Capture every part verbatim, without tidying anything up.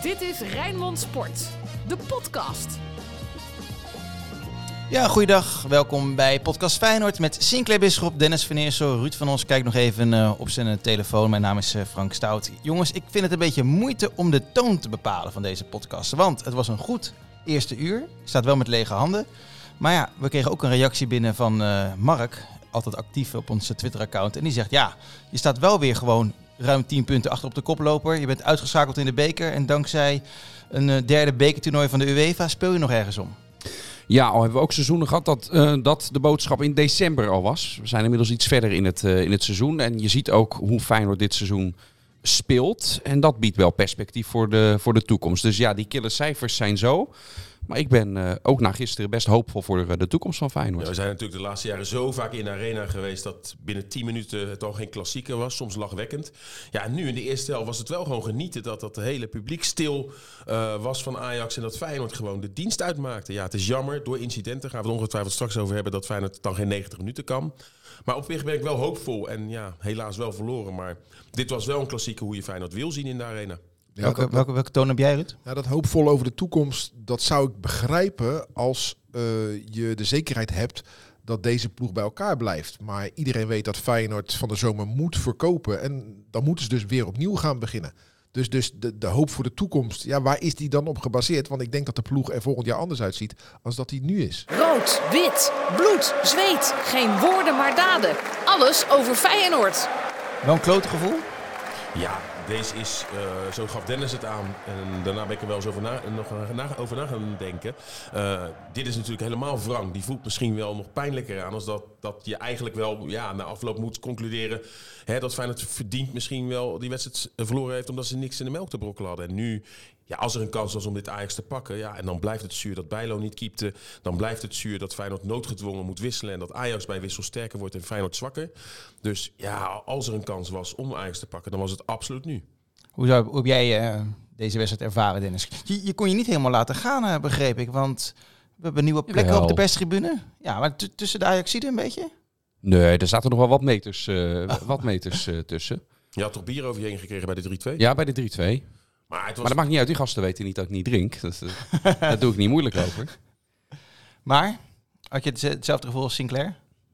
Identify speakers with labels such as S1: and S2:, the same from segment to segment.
S1: Dit is Rijnmond Sport, de podcast.
S2: Ja, goeiedag. Welkom bij Podcast Feyenoord met Sinclair Bisschop, Dennis van Eersel. Ruud van Os kijkt nog even uh, op zijn uh, telefoon. Mijn naam is uh, Frank Stout. Jongens, ik vind het een beetje moeite om de toon te bepalen van deze podcast. Want het was een goed eerste uur. Staat wel met lege handen. Maar ja, we kregen ook een reactie binnen van uh, Mark, altijd actief op onze Twitter-account. En die zegt, ja, je staat wel weer gewoon ruim tien punten achter op de koploper. Je bent uitgeschakeld in de beker. En dankzij een uh, derde bekertoernooi van de UEFA speel je nog ergens om.
S3: Ja, al hebben we ook seizoenen gehad dat, uh, dat de boodschap in december al was. We zijn inmiddels iets verder in het, uh, in het seizoen. En je ziet ook hoe Feyenoord dit seizoen speelt. En dat biedt wel perspectief voor de, voor de toekomst. Dus ja, die kille cijfers zijn zo. Maar ik ben uh, ook na gisteren best hoopvol voor de, de toekomst van Feyenoord.
S4: Ja, we zijn natuurlijk de laatste jaren zo vaak in de arena geweest dat binnen tien minuten het al geen klassieker was. Soms lachwekkend. Ja, en nu in de eerste helft was het wel gewoon genieten dat dat hele publiek stil uh, was van Ajax. En dat Feyenoord gewoon de dienst uitmaakte. Ja, het is jammer. Door incidenten gaan we het ongetwijfeld straks over hebben dat Feyenoord dan geen negentig minuten kan. Maar op zich ben ik wel hoopvol. En ja, helaas wel verloren. Maar dit was wel een klassieker hoe je Feyenoord wil zien in de arena.
S2: Ja, welke, dat, welke, welke toon heb jij, Ruud?
S5: Ja, dat hoopvol over de toekomst, dat zou ik begrijpen als uh, je de zekerheid hebt dat deze ploeg bij elkaar blijft. Maar iedereen weet dat Feyenoord van de zomer moet verkopen. En dan moeten ze dus weer opnieuw gaan beginnen. Dus, dus de, de hoop voor de toekomst, ja, waar is die dan op gebaseerd? Want ik denk dat de ploeg er volgend jaar anders uitziet als dat die nu is.
S1: Rood, wit, bloed, zweet. Geen woorden maar daden. Alles over Feyenoord.
S2: Wel een klote gevoel?
S4: Ja, deze is, uh, zo gaf Dennis het aan en daarna ben ik er wel eens over na, nog na, over na gaan denken. Uh, dit is natuurlijk helemaal wrang. Die voelt misschien wel nog pijnlijker aan als dat, dat je eigenlijk wel ja, na afloop moet concluderen hè, dat Feyenoord verdient misschien wel die wedstrijd verloren heeft omdat ze niks in de melk te brokkelen hadden. En nu, ja, als er een kans was om dit Ajax te pakken, ja, en dan blijft het zuur dat Bijlo niet keepte. Dan blijft het zuur dat Feyenoord noodgedwongen moet wisselen en dat Ajax bij wissel sterker wordt en Feyenoord zwakker. Dus ja, als er een kans was om Ajax te pakken, dan was het absoluut nu.
S2: Hoe, zou, hoe heb jij uh, deze wedstrijd ervaren, Dennis? Je, je kon je niet helemaal laten gaan, uh, begreep ik. Want we hebben nieuwe plekken Jawel. op de perstribune. Ja, maar t- tussen de Ajaxiden een beetje?
S3: Nee, er zaten nog wel wat meters, uh, oh. wat meters uh, tussen.
S4: Je had toch bier over je heen gekregen bij de drie twee?
S3: Ja, bij de drie twee. Maar, het was... maar dat maakt niet uit. Die gasten weten niet dat ik niet drink. Dat, uh, daar doe ik niet moeilijk over.
S2: Maar, had je hetzelfde gevoel als Sinclair?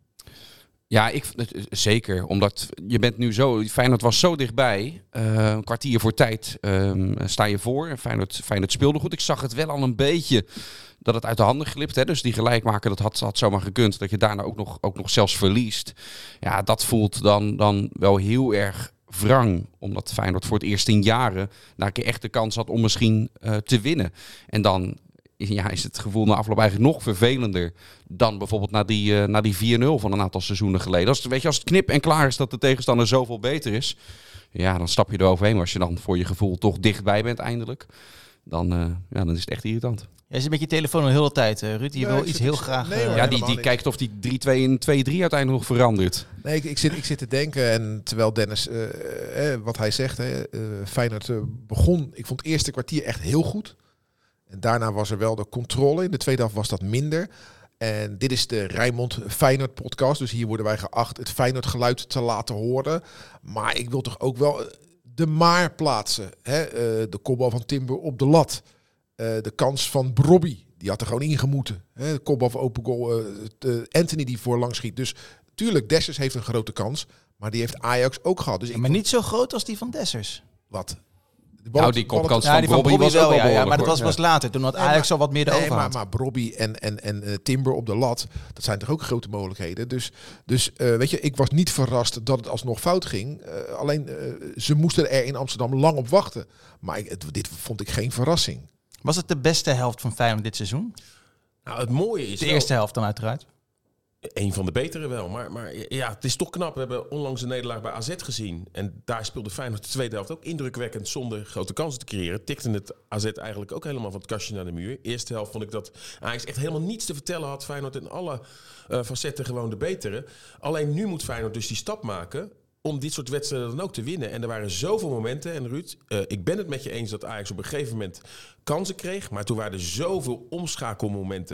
S3: Ja, ik, zeker. Omdat je bent nu zo... Feyenoord was zo dichtbij. Uh, een kwartier voor tijd um, sta je voor. Feyenoord, Feyenoord speelde goed. Ik zag het wel al een beetje dat het uit de handen glipt. Hè? Dus die gelijkmaker, dat had, had zomaar gekund. Dat je daarna ook nog, ook nog zelfs verliest. Ja, dat voelt dan, dan wel heel erg wrang. Omdat Feyenoord voor het eerst in jaren daar een keer echt de kans had om misschien uh, te winnen. En dan... Ja, is het gevoel na afloop eigenlijk nog vervelender dan bijvoorbeeld na die, uh, na die vier nul van een aantal seizoenen geleden. Als het, weet je, als het knip en klaar is dat de tegenstander zoveel beter is, ja, dan stap je er overheen. Maar als je dan voor je gevoel toch dichtbij bent eindelijk, dan, uh, ja, dan is het echt irritant.
S2: Jij zit met je telefoon al de hele tijd, uh, Ruud. Je nee, wil iets heel graag...
S5: Nee, hoor,
S3: ja, die, die kijkt of die drie twee in twee drie uiteindelijk nog verandert.
S5: Nee, ik, ik, zit, ik zit te denken en terwijl Dennis, uh, eh, wat hij zegt, uh, Feyenoord uh, begon, ik vond het eerste kwartier echt heel goed. En daarna was er wel de controle. In de tweede helft was dat minder. En dit is de Rijnmond Feyenoord podcast. Dus hier worden wij geacht het Feyenoord geluid te laten horen. Maar ik wil toch ook wel de maar plaatsen. Hè? Uh, de kopbal van Timber op de lat. Uh, de kans van Brobby. Die had er gewoon ingemoeten. Hè? De kopbal van open goal. Uh, de Anthony die voorlang schiet. Dus tuurlijk, Dessers heeft een grote kans. Maar die heeft Ajax ook gehad. Dus
S2: ja,
S5: ik
S2: maar
S5: vond...
S2: niet zo groot als die van Dessers.
S5: Wat?
S3: Nou, die kopkans
S2: ja,
S3: van,
S2: die
S3: van Brobby was
S2: wel,
S3: ook
S2: ja,
S3: wel
S2: ja, maar dat was
S3: ja.
S2: pas later. Toen had Ajax al wat meer de
S5: nee,
S2: overhand.
S5: Maar, maar Brobby en, en, en uh, Timber op de lat, dat zijn toch ook grote mogelijkheden. Dus, dus uh, weet je, ik was niet verrast dat het alsnog fout ging. Uh, alleen, uh, ze moesten er in Amsterdam lang op wachten. Maar ik, het, dit vond ik geen verrassing.
S2: Was het de beste helft van Feyenoord dit seizoen?
S4: Nou, het mooie is
S2: De
S4: wel...
S2: eerste helft dan uiteraard.
S4: Een van de betere wel. Maar, maar ja, het is toch knap. We hebben onlangs een nederlaag bij A Z gezien. En daar speelde Feyenoord de tweede helft ook indrukwekkend zonder grote kansen te creëren. Tikte het A Z eigenlijk ook helemaal van het kastje naar de muur. Eerste helft vond ik dat Ajax echt helemaal niets te vertellen had. Feyenoord in alle uh, facetten gewoon de betere. Alleen nu moet Feyenoord dus die stap maken om dit soort wedstrijden dan ook te winnen. En er waren zoveel momenten. En Ruud, uh, ik ben het met je eens dat Ajax op een gegeven moment kansen kreeg. Maar toen waren er zoveel omschakelmomenten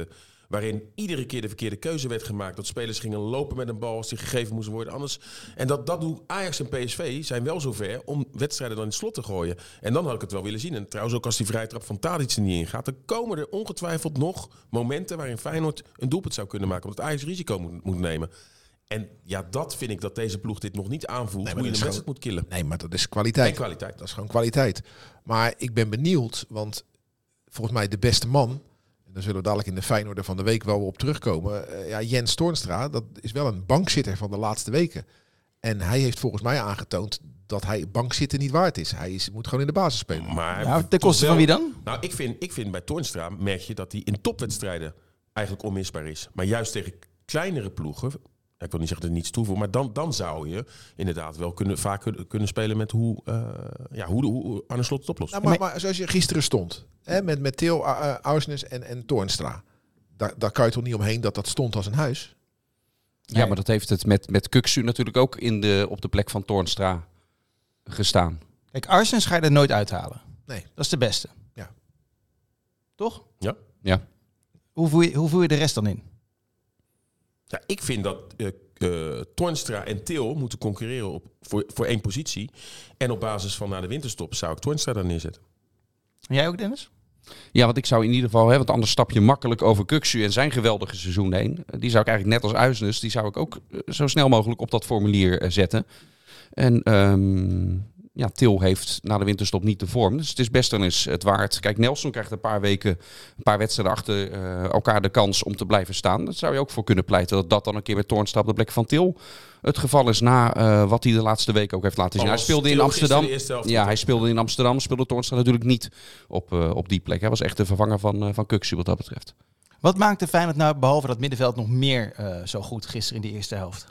S4: waarin iedere keer de verkeerde keuze werd gemaakt. Dat spelers gingen lopen met een bal als die gegeven moest worden. Anders. En dat, dat doen Ajax en P S V zijn wel zover om wedstrijden dan in het slot te gooien. En dan had ik het wel willen zien. En trouwens ook als die vrije trap van Tadic er niet in gaat, dan komen er ongetwijfeld nog momenten waarin Feyenoord een doelpunt zou kunnen maken. Omdat Ajax risico moet, moet nemen. En ja, dat vind ik dat deze ploeg dit nog niet aanvoelt. Nee, hoe je de wedstrijd moet killen.
S5: Nee, maar dat is kwaliteit.
S4: En kwaliteit.
S5: Dat is gewoon kwaliteit. Maar ik ben benieuwd, want volgens mij de beste man, en daar zullen we dadelijk in de Feyenoorder van de week wel op terugkomen. Uh, ja, Jens Toornstra, dat is wel een bankzitter van de laatste weken. En hij heeft volgens mij aangetoond dat hij bankzitten niet waard is. Hij is, moet gewoon in de basis spelen.
S4: Maar
S2: nou, ten koste van wie dan?
S4: Nou, ik vind, ik vind bij Toornstra merk je dat hij in topwedstrijden eigenlijk onmisbaar is. Maar juist tegen kleinere ploegen, ik wil niet zeggen dat er niets toevoegt, maar dan, dan zou je inderdaad wel kunnen, vaak kunnen, kunnen spelen met hoe, uh, ja, hoe, hoe Arne Slot het oplost.
S5: Nou, maar, maar zoals je gisteren stond, hè, met, met Theo uh, Ausnes en, en Toornstra, daar, daar kan je toch niet omheen dat dat stond als een huis?
S3: Ja, nee. Maar dat heeft het met, met Kuksu natuurlijk ook in de, op de plek van Toornstra gestaan.
S2: Kijk, Arsens ga je er nooit uithalen.
S5: Nee.
S2: Dat is de beste.
S5: Ja.
S2: Toch?
S4: Ja.
S3: Ja.
S2: Hoe voer je, hoe voer je de rest dan in?
S4: Ja, ik vind dat uh, uh, Toornstra en Til moeten concurreren op, voor, voor één positie. En op basis van na de winterstop zou ik Toornstra daar neerzetten.
S2: En jij ook, Dennis?
S3: Ja, want ik zou in ieder geval, hè, want anders stap je makkelijk over Kuksu en zijn geweldige seizoen heen. Die zou ik eigenlijk net als Uisnes, die zou ik ook zo snel mogelijk op dat formulier uh, zetten. En um, ja, Til heeft na de winterstop niet de vorm. Dus het is best wel eens het waard. Kijk, Nelson krijgt een paar weken, een paar wedstrijden achter uh, elkaar de kans om te blijven staan. Dat zou je ook voor kunnen pleiten. Dat dat dan een keer met Toornstra op de plek van Til het geval is na uh, wat hij de laatste week ook heeft laten zien. Hij speelde in Amsterdam. Ja, hij speelde in Amsterdam. Speelde Toornstra natuurlijk niet op, uh, op die plek. Hij was echt de vervanger van, uh, van Kuksu wat dat betreft.
S2: Wat maakte Feyenoord nou behalve dat middenveld nog meer uh, zo goed gisteren in de eerste helft?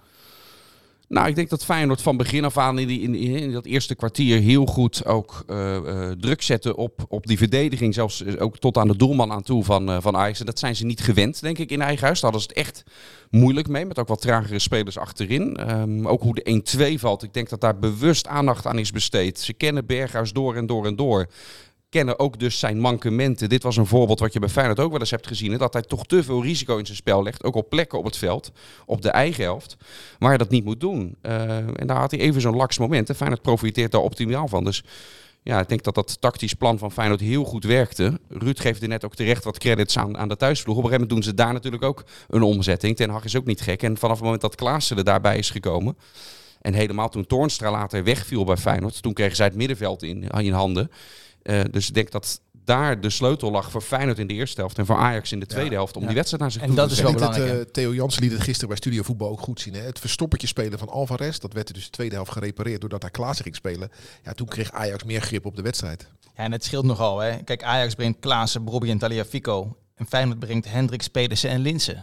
S3: Nou, ik denk dat Feyenoord van begin af aan in, die, in, in dat eerste kwartier heel goed ook uh, uh, druk zette op, op die verdediging. Zelfs ook tot aan de doelman aan toe van, uh, van Ajax. En dat zijn ze niet gewend, denk ik, in eigen huis. Daar hadden ze het echt moeilijk mee, met ook wat tragere spelers achterin. Um, ook hoe de één twee valt. Ik denk dat daar bewust aandacht aan is besteed. Ze kennen Berghuis door en door en door. Kennen ook dus zijn mankementen. Dit was een voorbeeld wat je bij Feyenoord ook wel eens hebt gezien. Hè? Dat hij toch te veel risico in zijn spel legt. Ook op plekken op het veld. Op de eigen helft. Waar hij dat niet moet doen. Uh, en daar had hij even zo'n laks moment. En Feyenoord profiteert daar optimaal van. Dus ja, ik denk dat dat tactisch plan van Feyenoord heel goed werkte. Ruud geeft er net ook terecht wat credits aan, aan de thuisvloeg. Op een gegeven moment doen ze daar natuurlijk ook een omzetting. Ten Hag is ook niet gek. En vanaf het moment dat Klaassen er daarbij is gekomen. En helemaal toen Toornstra later wegviel bij Feyenoord. Toen kregen zij het middenveld in, in handen. Uh, dus ik denk dat daar de sleutel lag voor Feyenoord in de eerste helft en voor Ajax in de tweede ja. helft om ja. die wedstrijd naar zich toe te
S2: trekken. En dat is wel belangrijk.
S5: Het, uh, Theo Jansen liet het gisteren bij Studio Voetbal ook goed zien. Hè? Het verstoppertje spelen van Alvarez, dat werd dus de tweede helft gerepareerd doordat hij Klaassen ging spelen. Ja, toen kreeg Ajax meer grip op de wedstrijd.
S2: Ja, en het scheelt nogal. Hè? Kijk, Ajax brengt Klaassen, Brobbey en Tagliafico. En Feyenoord brengt Hendricks, Pedersen en Linssen.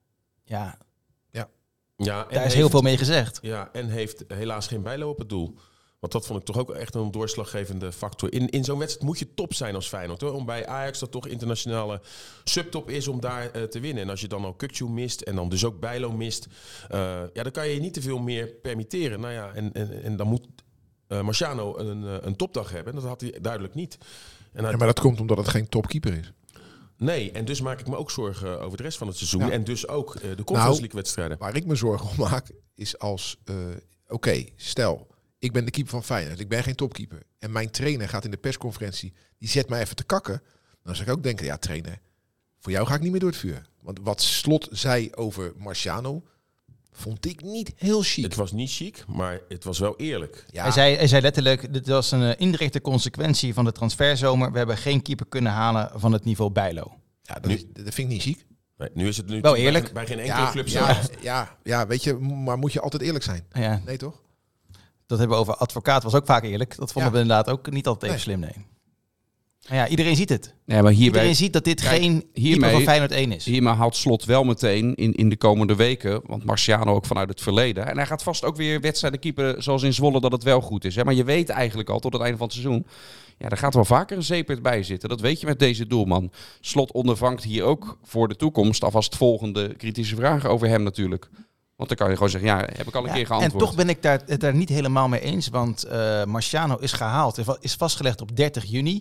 S2: Ja,
S5: ja.
S4: ja
S2: daar
S4: heeft,
S2: is heel veel mee gezegd.
S4: Ja, en heeft helaas geen Bijlo op het doel. Want dat vond ik toch ook echt een doorslaggevende factor. In, in zo'n wedstrijd moet je top zijn als Feyenoord. Hoor. Om bij Ajax, dat toch internationale subtop is, om daar uh, te winnen. En als je dan al Kukçu mist en dan dus ook Bijlo mist, uh, ja, dan kan je niet te veel meer permitteren. Nou ja, en, en, en dan moet uh, Marciano een, uh, een topdag hebben. Dat had hij duidelijk niet. En
S5: ja, maar dat komt omdat het geen topkeeper is.
S4: Nee, en dus maak ik me ook zorgen over de rest van het seizoen. Ja. En dus ook uh, de Conference
S5: nou,
S4: League wedstrijden.
S5: Waar ik me zorgen om maak, is als, uh, oké, okay, stel, ik ben de keeper van Feyenoord, ik ben geen topkeeper. En mijn trainer gaat in de persconferentie, die zet mij even te kakken. Dan zou ik ook denken, ja trainer, voor jou ga ik niet meer door het vuur. Want wat Slot zei over Marciano, vond ik niet heel chic.
S4: Het was niet chic, maar het was wel eerlijk.
S2: Ja. Hij, zei, hij zei letterlijk, dit was een uh, indirecte consequentie van de transferzomer. We hebben geen keeper kunnen halen van het niveau Bijlo.
S5: Ja, dat, is, dat vind ik niet chic.
S4: Nee, nu is het nu
S2: wel eerlijk.
S4: Bij, bij geen enkele
S5: ja,
S4: club zo.
S5: Ja, ja, ja, weet je, maar moet je altijd eerlijk zijn?
S2: Ja.
S5: Nee, toch?
S2: Dat hebben we over advocaat, was ook vaak eerlijk. Dat vonden ja. we inderdaad ook niet altijd even nee. slim, nee. Maar ja, iedereen ziet het.
S3: Ja, maar hierbij,
S2: iedereen ziet dat dit kijk, geen keeper van Feyenoord één is.
S3: Hiermee haalt Slot wel meteen in, in de komende weken, want Marciano ook vanuit het verleden. En hij gaat vast ook weer wedstrijden keeper zoals in Zwolle dat het wel goed is. Hè? Maar je weet eigenlijk al tot het einde van het seizoen, ja, er gaat wel vaker een zeepert bij zitten. Dat weet je met deze doelman. Slot ondervangt hier ook voor de toekomst alvast volgende kritische vragen over hem natuurlijk. Want dan kan je gewoon zeggen, ja, heb ik al een ja, keer geantwoord.
S2: En toch ben ik daar, het daar niet helemaal mee eens. Want uh, Marciano is gehaald. Is vastgelegd op dertig juni.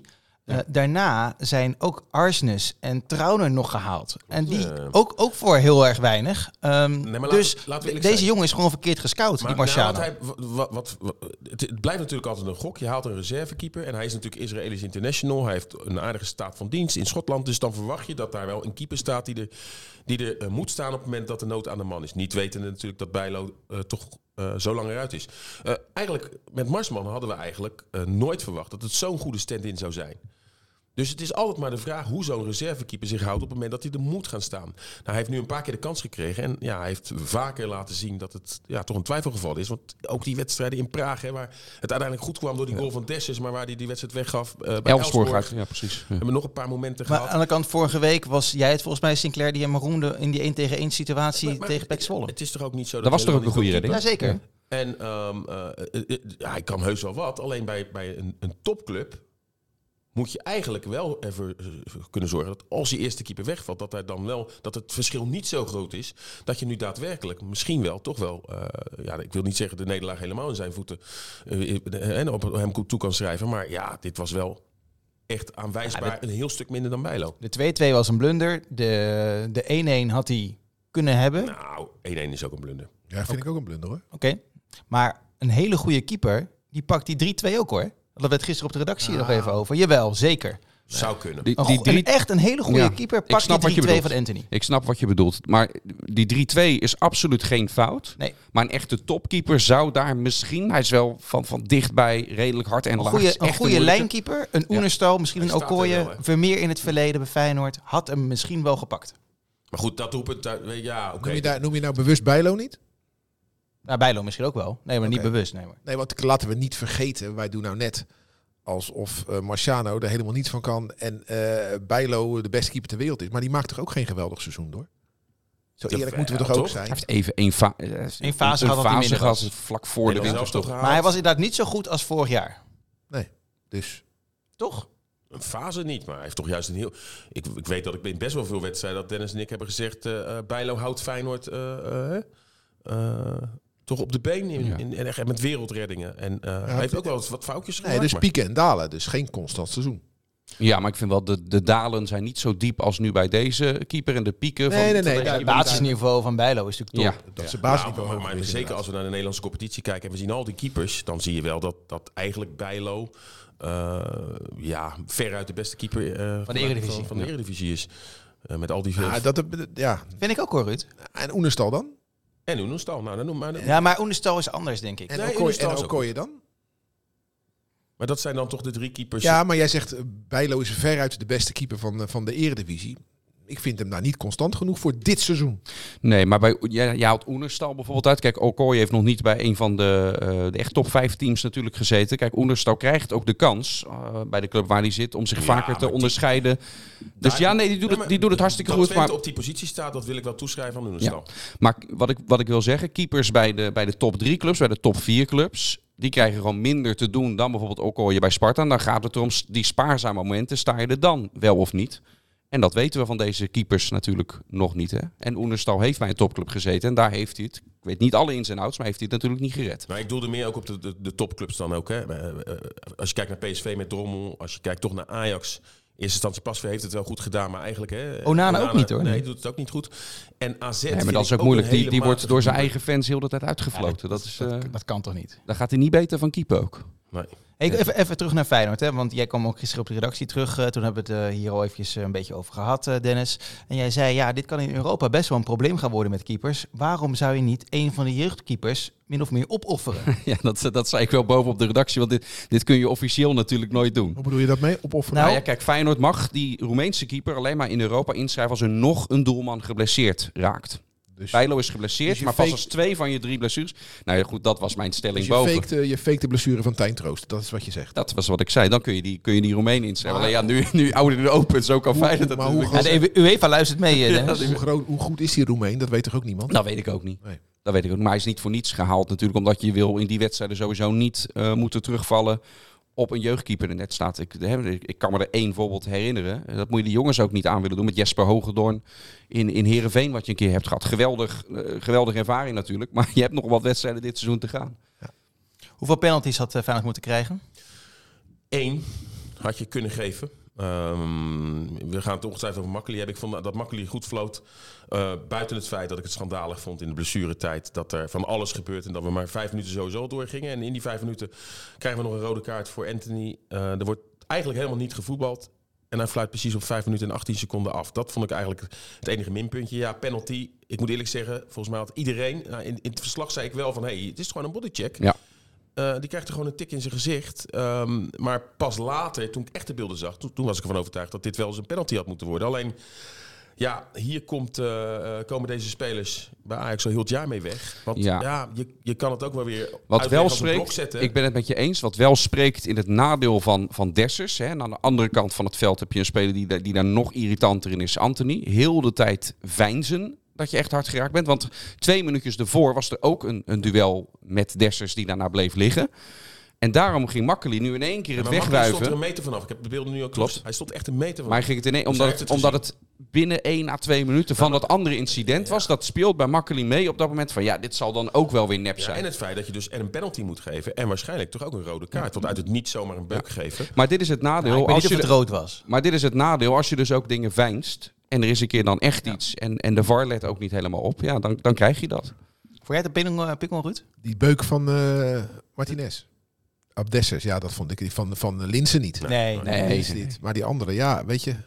S2: Uh, daarna zijn ook Arsnes en Trauner nog gehaald. En die
S4: uh,
S2: ook, ook voor heel erg weinig. Um,
S4: nee, maar
S2: dus
S4: laten, laten we
S2: deze
S4: zijn.
S2: jongen is gewoon verkeerd gescout,
S4: maar,
S2: die Marciano.
S4: Nou, wat hij, wat, wat, wat, het, het blijft natuurlijk altijd een gok. Je haalt een reservekeeper en hij is natuurlijk Israëlisch international. Hij heeft een aardige staat van dienst in Schotland. Dus dan verwacht je dat daar wel een keeper staat die er, die er uh, moet staan op het moment dat de nood aan de man is. Niet wetende natuurlijk dat Bijlo uh, toch uh, zo lang eruit is. Uh, eigenlijk, met Marsman hadden we eigenlijk uh, nooit verwacht dat het zo'n goede stand-in zou zijn. Dus het is altijd maar de vraag hoe zo'n reservekeeper zich houdt op het moment dat hij er moet gaan staan. Nou, hij heeft nu een paar keer de kans gekregen. En ja, hij heeft vaker laten zien dat het ja, toch een twijfelgeval is. Want ook die wedstrijden in Praag, hè, waar het uiteindelijk goed kwam door die goal van Dessers, maar waar hij die wedstrijd weggaf uh, bij Elfsborg.
S3: Elfsborg. Ja, precies. Ja.
S4: We hebben nog een paar momenten
S2: Maar
S4: gehad.
S2: aan de kant, vorige week was jij het volgens mij, Sinclair, die hem roemde in die één tegen één situatie
S4: Maar- maar
S2: tegen Pek Zwolle.
S4: Het is toch ook niet zo dat...
S3: Dat was toch ook
S4: helemaal
S3: een goede
S4: niet goed
S3: redding?
S2: Jazeker.
S4: En um, uh, uh, uh, uh, hij kan heus wel wat. Alleen bij, bij een, een topclub moet je eigenlijk wel even uh, kunnen zorgen dat als je eerste keeper wegvalt, dat, hij dan wel, dat het verschil niet zo groot is. Dat je nu daadwerkelijk misschien wel, toch wel, uh, ja, ik wil niet zeggen de nederlaag helemaal in zijn voeten uh, en op hem toe kan schrijven. Maar ja, dit was wel echt aanwijsbaar
S2: Ja,
S4: een heel stuk minder dan Bijlo.
S2: De twee-twee was een blunder. De, de één-één had hij kunnen hebben. Oké.
S4: Nou, één-één is ook een blunder.
S5: Ja, vind ik ook een blunder hoor.
S2: Maar een hele goede keeper, die pakt die drie-twee ook hoor. Dat werd gisteren op de redactie
S5: Ah.
S2: nog even over. Jawel, zeker.
S4: Zou kunnen.
S3: Die,
S2: Een
S3: die
S2: go-
S3: drie,
S2: een echt een hele goede
S3: Ja,
S2: keeper
S3: ik
S2: pakt
S3: snap
S2: die
S3: wat je
S2: drie-twee van
S3: bedoelt.
S2: Anthony.
S3: Ik snap wat je bedoelt. Maar die drie-twee is absoluut geen fout.
S2: Nee.
S3: Maar een echte topkeeper zou daar misschien... Hij is wel van, van dichtbij redelijk hard en
S2: Een
S3: laag.
S2: goede,
S3: Is
S2: een
S3: echt
S2: goede
S3: moeilijke-
S2: lijnkeeper, een Oenerstal, misschien
S4: Hij
S2: een
S4: staat er
S2: Okoye,
S4: wel, hè?
S2: Vermeer in het verleden bij Feyenoord, had hem misschien wel gepakt.
S4: Maar goed, dat roept het... Ja, oké.
S5: Noem, je daar, noem je nou bewust Bijlo niet?
S2: Nou, Bijlo misschien ook wel. Nee, maar niet
S5: Oké.
S2: bewust. Nee, maar.
S5: Nee, want laten we niet vergeten, wij doen nou net alsof uh, Marciano er helemaal niets van kan en uh, Bijlo de beste keeper ter wereld is. Maar die maakt toch ook geen geweldig seizoen door? Zo
S4: Ja,
S5: eerlijk moeten we
S4: ja,
S5: toch ook
S4: toch?
S5: zijn?
S3: Hij heeft even één fa- eh,
S2: Eén fase
S3: een
S2: gehad dat hij minder
S3: gehad
S2: was.
S3: vlak voor de
S4: En dan
S3: winterstop.
S4: zelfs toch
S2: maar hij
S4: gehaald.
S2: was inderdaad niet zo goed als vorig jaar.
S5: Dus
S2: Toch?
S4: Een fase niet, maar hij heeft toch juist een heel... Ik, ik weet dat ik in best wel veel wedstrijden dat Dennis en ik hebben gezegd... Uh, uh, Bijlo houdt Feyenoord uh, uh, uh, toch op de been in,
S3: Ja.
S4: in, en echt met wereldreddingen. En uh, hij heeft ook wel wat, wat foutjes gemaakt.
S5: nee, dus
S4: maar-
S5: pieken en dalen, dus geen constant seizoen.
S3: Ja, maar ik vind wel, de, de dalen zijn niet zo diep als nu bij deze keeper. En de pieken
S5: Nee,
S3: van...
S5: nee, nee,
S3: van
S5: ja,
S3: deze
S2: Het basisniveau van Bijlo is natuurlijk top.
S3: Ja.
S5: Dat is
S4: Ja.
S5: de basisniveau.
S4: Nou,
S5: hoger
S4: maar, maar
S5: is,
S4: zeker
S5: inderdaad.
S4: als we naar de Nederlandse competitie kijken... en we zien al die keepers, dan zie je wel dat, dat eigenlijk Bijlo... Uh, ja, veruit de beste keeper uh,
S2: Van de Eredivisie.
S4: Van, van de
S2: Ja.
S4: Eredivisie is. Uh, met al die veel...
S5: Ja, dat, ja.
S2: Vind ik ook hoor, Ruud.
S5: En Oenerstal dan?
S4: En Oenerstal, nou, dan noem maar...
S2: Ja, maar Oenerstal is anders, denk ik.
S5: En
S4: Nee,
S5: Okoye,
S4: Oenerstal
S5: en
S4: is ook
S5: Okoye dan?
S4: Maar dat zijn dan toch de drie keepers...
S5: Ja, maar jij zegt uh, Bijlo is veruit de beste keeper van, uh, van de Eredivisie. Ik vind hem daar niet constant genoeg voor dit seizoen.
S3: Nee, maar bij, jij, jij haalt Oenerstal bijvoorbeeld uit. Kijk, Okoye heeft nog niet bij een van de, uh, de echt top vijf teams natuurlijk gezeten. Kijk, Oenerstal krijgt ook de kans uh, bij de club waar hij zit om zich
S4: Ja,
S3: vaker
S4: maar
S3: te
S4: die-
S3: onderscheiden. Dus
S4: Daar-
S3: ja, nee, die doet,
S4: Nee,
S3: het,
S4: maar
S3: die doet het hartstikke
S4: dat
S3: goed.
S4: Twente
S3: Maar,
S4: op die positie staat, dat wil ik wel toeschrijven aan Oenerstal.
S3: maar wat ik, wat ik wil zeggen, keepers bij de, bij de top drie clubs, bij de top vier clubs... Die krijgen gewoon minder te doen dan bijvoorbeeld Okoye bij Sparta. En dan gaat het erom, die spaarzame momenten, sta je er dan wel of niet? En dat weten we van deze keepers natuurlijk nog niet. Hè? En Oenerstal heeft bij een topclub gezeten. En daar heeft hij het, ik weet niet alle ins en outs, maar heeft hij het natuurlijk niet gered.
S4: Maar ik doelde meer ook op de, de, de topclubs dan ook. Hè. Uh, uh, als je kijkt naar P S V met Drommel, als je kijkt toch naar Ajax... In eerste instantie Pasveer heeft het wel goed gedaan, maar eigenlijk... Hè,
S2: Onana ook niet, hoor.
S4: Nee,
S2: Nee.
S4: doet het ook niet goed. En A Z...
S3: Nee, maar
S4: vind
S3: dat is
S4: ik
S3: ook moeilijk.
S4: een
S3: Die,
S4: hele
S3: die wordt
S4: matige
S3: door zijn
S4: keeper.
S3: eigen fans heel de tijd uitgefloten. dat, is, uh,
S2: Dat, dat kan toch niet?
S3: daar gaat hij niet beter van keepen ook.
S4: Nee.
S2: Hey, even, even terug naar Feyenoord, hè? Want jij kwam ook gisteren op de redactie terug. Uh, toen hebben we het uh, hier al eventjes uh, een beetje over gehad, uh, Dennis. En jij zei, ja, dit kan in Europa best wel een probleem gaan worden met keepers. Waarom zou je niet een van de jeugdkeepers min of meer opofferen?
S3: Ja, dat, dat zei ik wel boven op de redactie. Want dit, dit kun je officieel natuurlijk nooit doen.
S5: Hoe bedoel je dat mee? Opofferen?
S3: Nou ja, kijk, Feyenoord mag die Roemeense keeper alleen maar in Europa inschrijven als er nog een doelman geblesseerd raakt.
S5: Dus,
S3: Bijlo is geblesseerd,
S5: Dus je
S3: maar pas
S5: fake-
S3: als twee van je drie blessures. Nou ja, goed, dat was mijn stelling
S5: dus je
S3: boven.
S5: faked, uh, je faked de blessure van Tijn Troost. Dat is wat je zegt.
S3: Dat was wat ik zei. Dan kun je die, kun je die Roemeen inschrijven.
S5: Maar-
S3: Alleen ja, nu, nu houden de open. Zo kan
S5: Hoe-
S3: Feyenoord
S5: maar hoe
S3: natuurlijk.
S2: Ja, de UEFA luistert mee, uh, Dennis.
S5: hoe, groot, hoe goed is die Roemeen? Dat weet toch ook niemand?
S3: Dat weet ik ook niet.
S5: Nee.
S3: Dat weet ik ook. Maar hij is niet voor niets gehaald natuurlijk. Omdat je wil in die wedstrijden sowieso niet uh, moeten terugvallen op een jeugdkeeper er net staat. Ik, ik kan me er één voorbeeld herinneren. Dat moet je de jongens ook niet aan willen doen. Met Jesper Hogendoorn in, in Heerenveen, wat je een keer hebt gehad. Geweldig, uh, geweldige ervaring natuurlijk. Maar je hebt nog wat wedstrijden dit seizoen te gaan.
S2: Hoeveel penalties had uh, Feyenoord moeten krijgen?
S4: Eén had je kunnen geven. Um, we gaan het ongetwijfeld over Makkely hebben. Ik vond dat Makkely goed floot. Uh, buiten het feit dat ik het schandalig vond in de blessuretijd. Dat er van alles gebeurt en dat we maar vijf minuten sowieso doorgingen. En in die vijf minuten krijgen we nog een rode kaart voor Anthony. Uh, er wordt eigenlijk helemaal niet gevoetbald. En hij fluit precies op vijf minuten en achttien seconden af. Dat vond ik eigenlijk het enige minpuntje. Ja, penalty. Ik moet eerlijk zeggen, volgens mij had iedereen... Nou, in, in het verslag zei ik wel van... hey, het is gewoon een bodycheck.
S3: Ja.
S4: Uh, die krijgt er gewoon een tik in zijn gezicht. Um, maar pas later, toen ik echt de beelden zag... Toen, toen was ik ervan overtuigd dat dit wel eens een penalty had moeten worden. Alleen, ja, hier komt, uh, komen deze spelers bij Ajax al heel het jaar mee weg. Want ja, ja je, je kan het ook wel weer
S3: wat wel
S4: als
S3: spreekt,
S4: een blok zetten.
S3: Ik ben het met je eens. Wat wel spreekt in het nadeel van, van Dessers. Hè. En aan de andere kant van het veld heb je een speler die, die daar nog irritanter in is. Anthony. Heel de tijd veinzen. Dat je echt hard geraakt bent. Want twee minuutjes ervoor was er ook een, een duel met Dessers die daarna bleef liggen. En daarom ging Makkely nu in één keer het
S4: ja,
S3: wegwuiven.
S4: Hij stond er een meter vanaf. Ik heb de beelden nu ook
S3: Klopt.
S4: Terug. Hij stond echt een meter vanaf.
S3: Maar hij ging het in één,
S4: Dus
S3: omdat,
S4: hij
S3: het,
S4: heeft
S3: omdat
S4: gezien.
S3: het binnen één à twee minuten van
S4: Ja,
S3: dat andere incident
S4: ja.
S3: was. Dat speelt bij Makkely mee op dat moment van ja, dit zal dan ook wel weer nep
S4: Ja,
S3: zijn.
S4: en het feit dat je dus en een penalty moet geven en waarschijnlijk toch ook een rode kaart. Want uit het niet zomaar een beuk geven.
S3: Maar dit is het nadeel.
S2: Ja, ik weet
S3: als
S2: niet of
S3: je
S2: het rood was.
S3: Maar dit is het nadeel als je dus ook dingen veinst. En er is een keer dan echt
S2: Ja.
S3: iets. En, en de V A R let ook niet helemaal op. Ja, dan, dan krijg je dat.
S2: Vond jij het een pikkel, pikkel Ruud?
S5: Die beuk van uh, Martinez. Op Dessers, ja, dat vond ik. Die van, van Linsen niet.
S2: Nee, nee.
S3: nee.
S5: Die is niet. Maar die andere, ja, weet je...